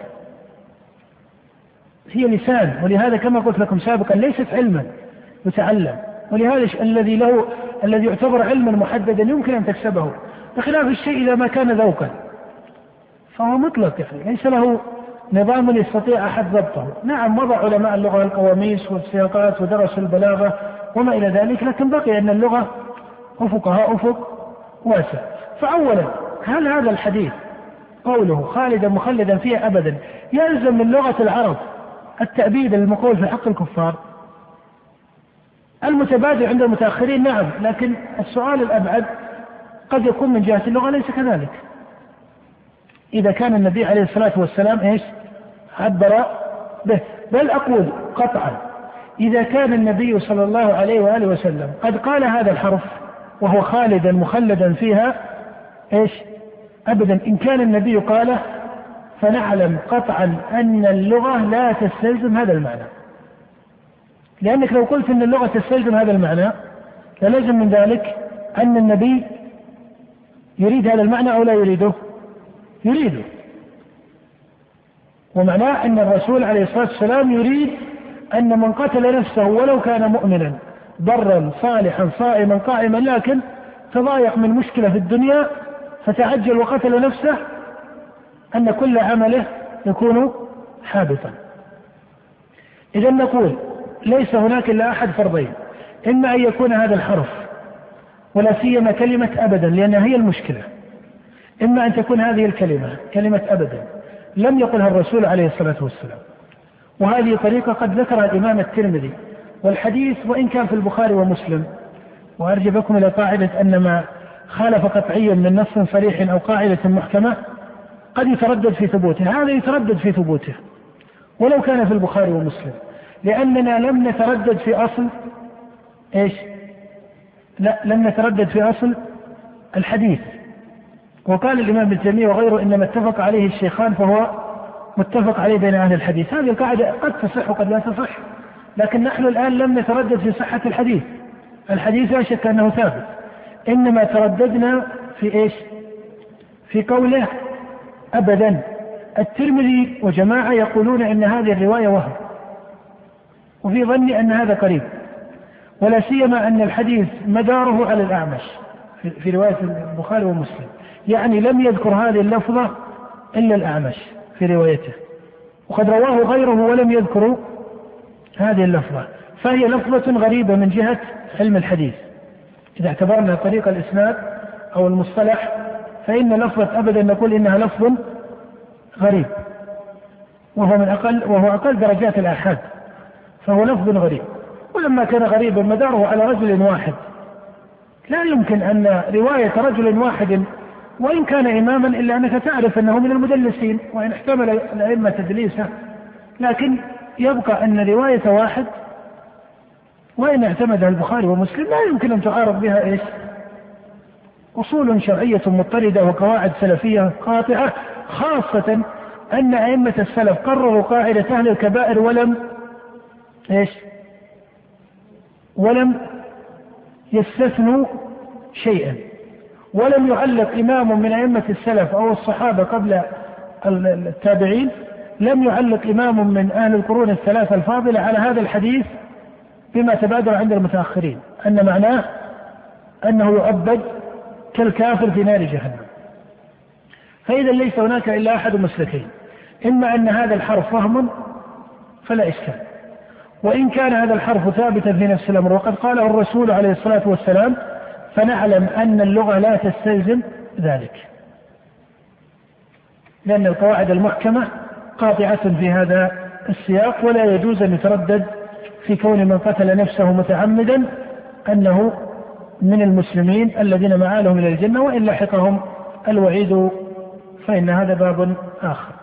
هي لسان، ولهذا كما قلت لكم سابقا ليست علما يتعلم، ولهذا الذي يعتبر علما محددا يمكن أن تكسبه، بخلاف الشيء إذا ما كان ذوقا فهو مطلق، يعني ليس له نظام يستطيع أحد ضبطه. نعم وضع علماء اللغة القواميس والسياقات ودرسوا البلاغة وما إلى ذلك، لكن بقي أن اللغة أفقها أفق واسع. فأولا هل هذا الحديث قوله خالدا مخلدا فيها أبدا يلزم من لغة العرب التأبيد المقول في حق الكفار؟ المتبادل عند المتأخرين نعم، لكن السؤال الأبعد قد يكون من جهة اللغة ليس كذلك. إذا كان النبي عليه الصلاة والسلام عبر به، بل أقول قطعا إذا كان النبي صلى الله عليه وآله وسلم قد قال هذا الحرف وهو خالدا مخلدا فيها أبدا، إن كان النبي قاله فنعلم قطعا أن اللغة لا تستلزم هذا المعنى، لأنك لو قلت أن اللغة تستلزم هذا المعنى فلازم من ذلك أن النبي يريد هذا المعنى أو لا يريده؟ يريده. ومعناه أن الرسول عليه الصلاة والسلام يريد أن من قتل نفسه ولو كان مؤمنا برا صالحا صائما قائما لكن تضايق من مشكلة في الدنيا فتعجل وقتل نفسه أن كل عمله يكون حابطا. إذا نقول ليس هناك إلا أحد فرضين، إما أن يكون هذا الحرف ولا سيما كلمة أبدا لأنها هي المشكلة، إما أن تكون هذه الكلمة كلمة أبدا لم يقلها الرسول عليه الصلاة والسلام، وهذه طريقة قد ذكرها الإمام الترمذي، والحديث وإن كان في البخاري ومسلم، وأرجع بكم إلى قاعدة أن ما خالف قطعيا من نص صريح أو قاعدة محكمة قد يتردد في ثبوته، هذا يتردد في ثبوته ولو كان في البخاري ومسلم، لأننا لم نتردد في أصل إيش؟ لا، لم نتردد في أصل الحديث. وقال الإمام ابن تيمية وغيره إنما اتفق عليه الشيخان فهو متفق عليه بين أهل الحديث. هذه القاعدة قد تصح وقد لا تصح، لكن نحن الآن لم نتردد في صحة الحديث، الحديث لا شك أنه ثابت، إنما ترددنا في إيش؟ في قوله أبدا. الترمذي وجماعة يقولون إن هذه الرواية وهم، وفي ظني أن هذا قريب، ولا سيما أن الحديث مداره على الأعمش في رواية البخاري ومسلم، يعني لم يذكر هذه اللفظة إلا الأعمش في روايته، وقد رواه غيره ولم يذكروا هذه اللفظة، فهي لفظة غريبة من جهة علم الحديث. إذا اعتبرنا طريق الإسناد أو المصطلح فإن لفظة أبدا نقول إنها لفظ غريب، وهو أقل درجات الآحاد، فهو لفظ غريب. ولما كان غريبا مداره على رجل واحد، لا يمكن أن رواية رجل واحد وإن كان إماما إلا أنك تعرف أنه من المدلسين وإن احتمل الأئمة تدليسه، لكن يبقى أن رواية واحد وإن اعتمدها البخاري ومسلم لا يمكن أن تعارض بها إيش؟ أصول شرعية مضطردة وقواعد سلفية قاطعة، خاصة أن أئمة السلف قرروا قاعدة أهل الكبائر ولم يستثنوا شيئا، ولم يعلق إمام من أئمة السلف أو الصحابة قبل التابعين، لم يعلق إمام من أهل القرون الثلاثة الفاضلة على هذا الحديث بما تبادر عند المتأخرين أن معناه أنه يعبد كالكافر في نار جهنم. فإذا ليس هناك إلا أحد مسلكين، إما أن هذا الحرف وهم فلا إشكال، وإن كان هذا الحرف ثابتا في نفس الأمر وقد قاله الرسول عليه الصلاة والسلام فنعلم أن اللغة لا تستلزم ذلك، لأن القواعد المحكمة قاطعة في هذا السياق، ولا يجوز أن يتردد في كون من قتل نفسه متعمدا أنه من المسلمين الذين معالهم إلى الجنة، وإن لحقهم الوعيد فإن هذا باب آخر.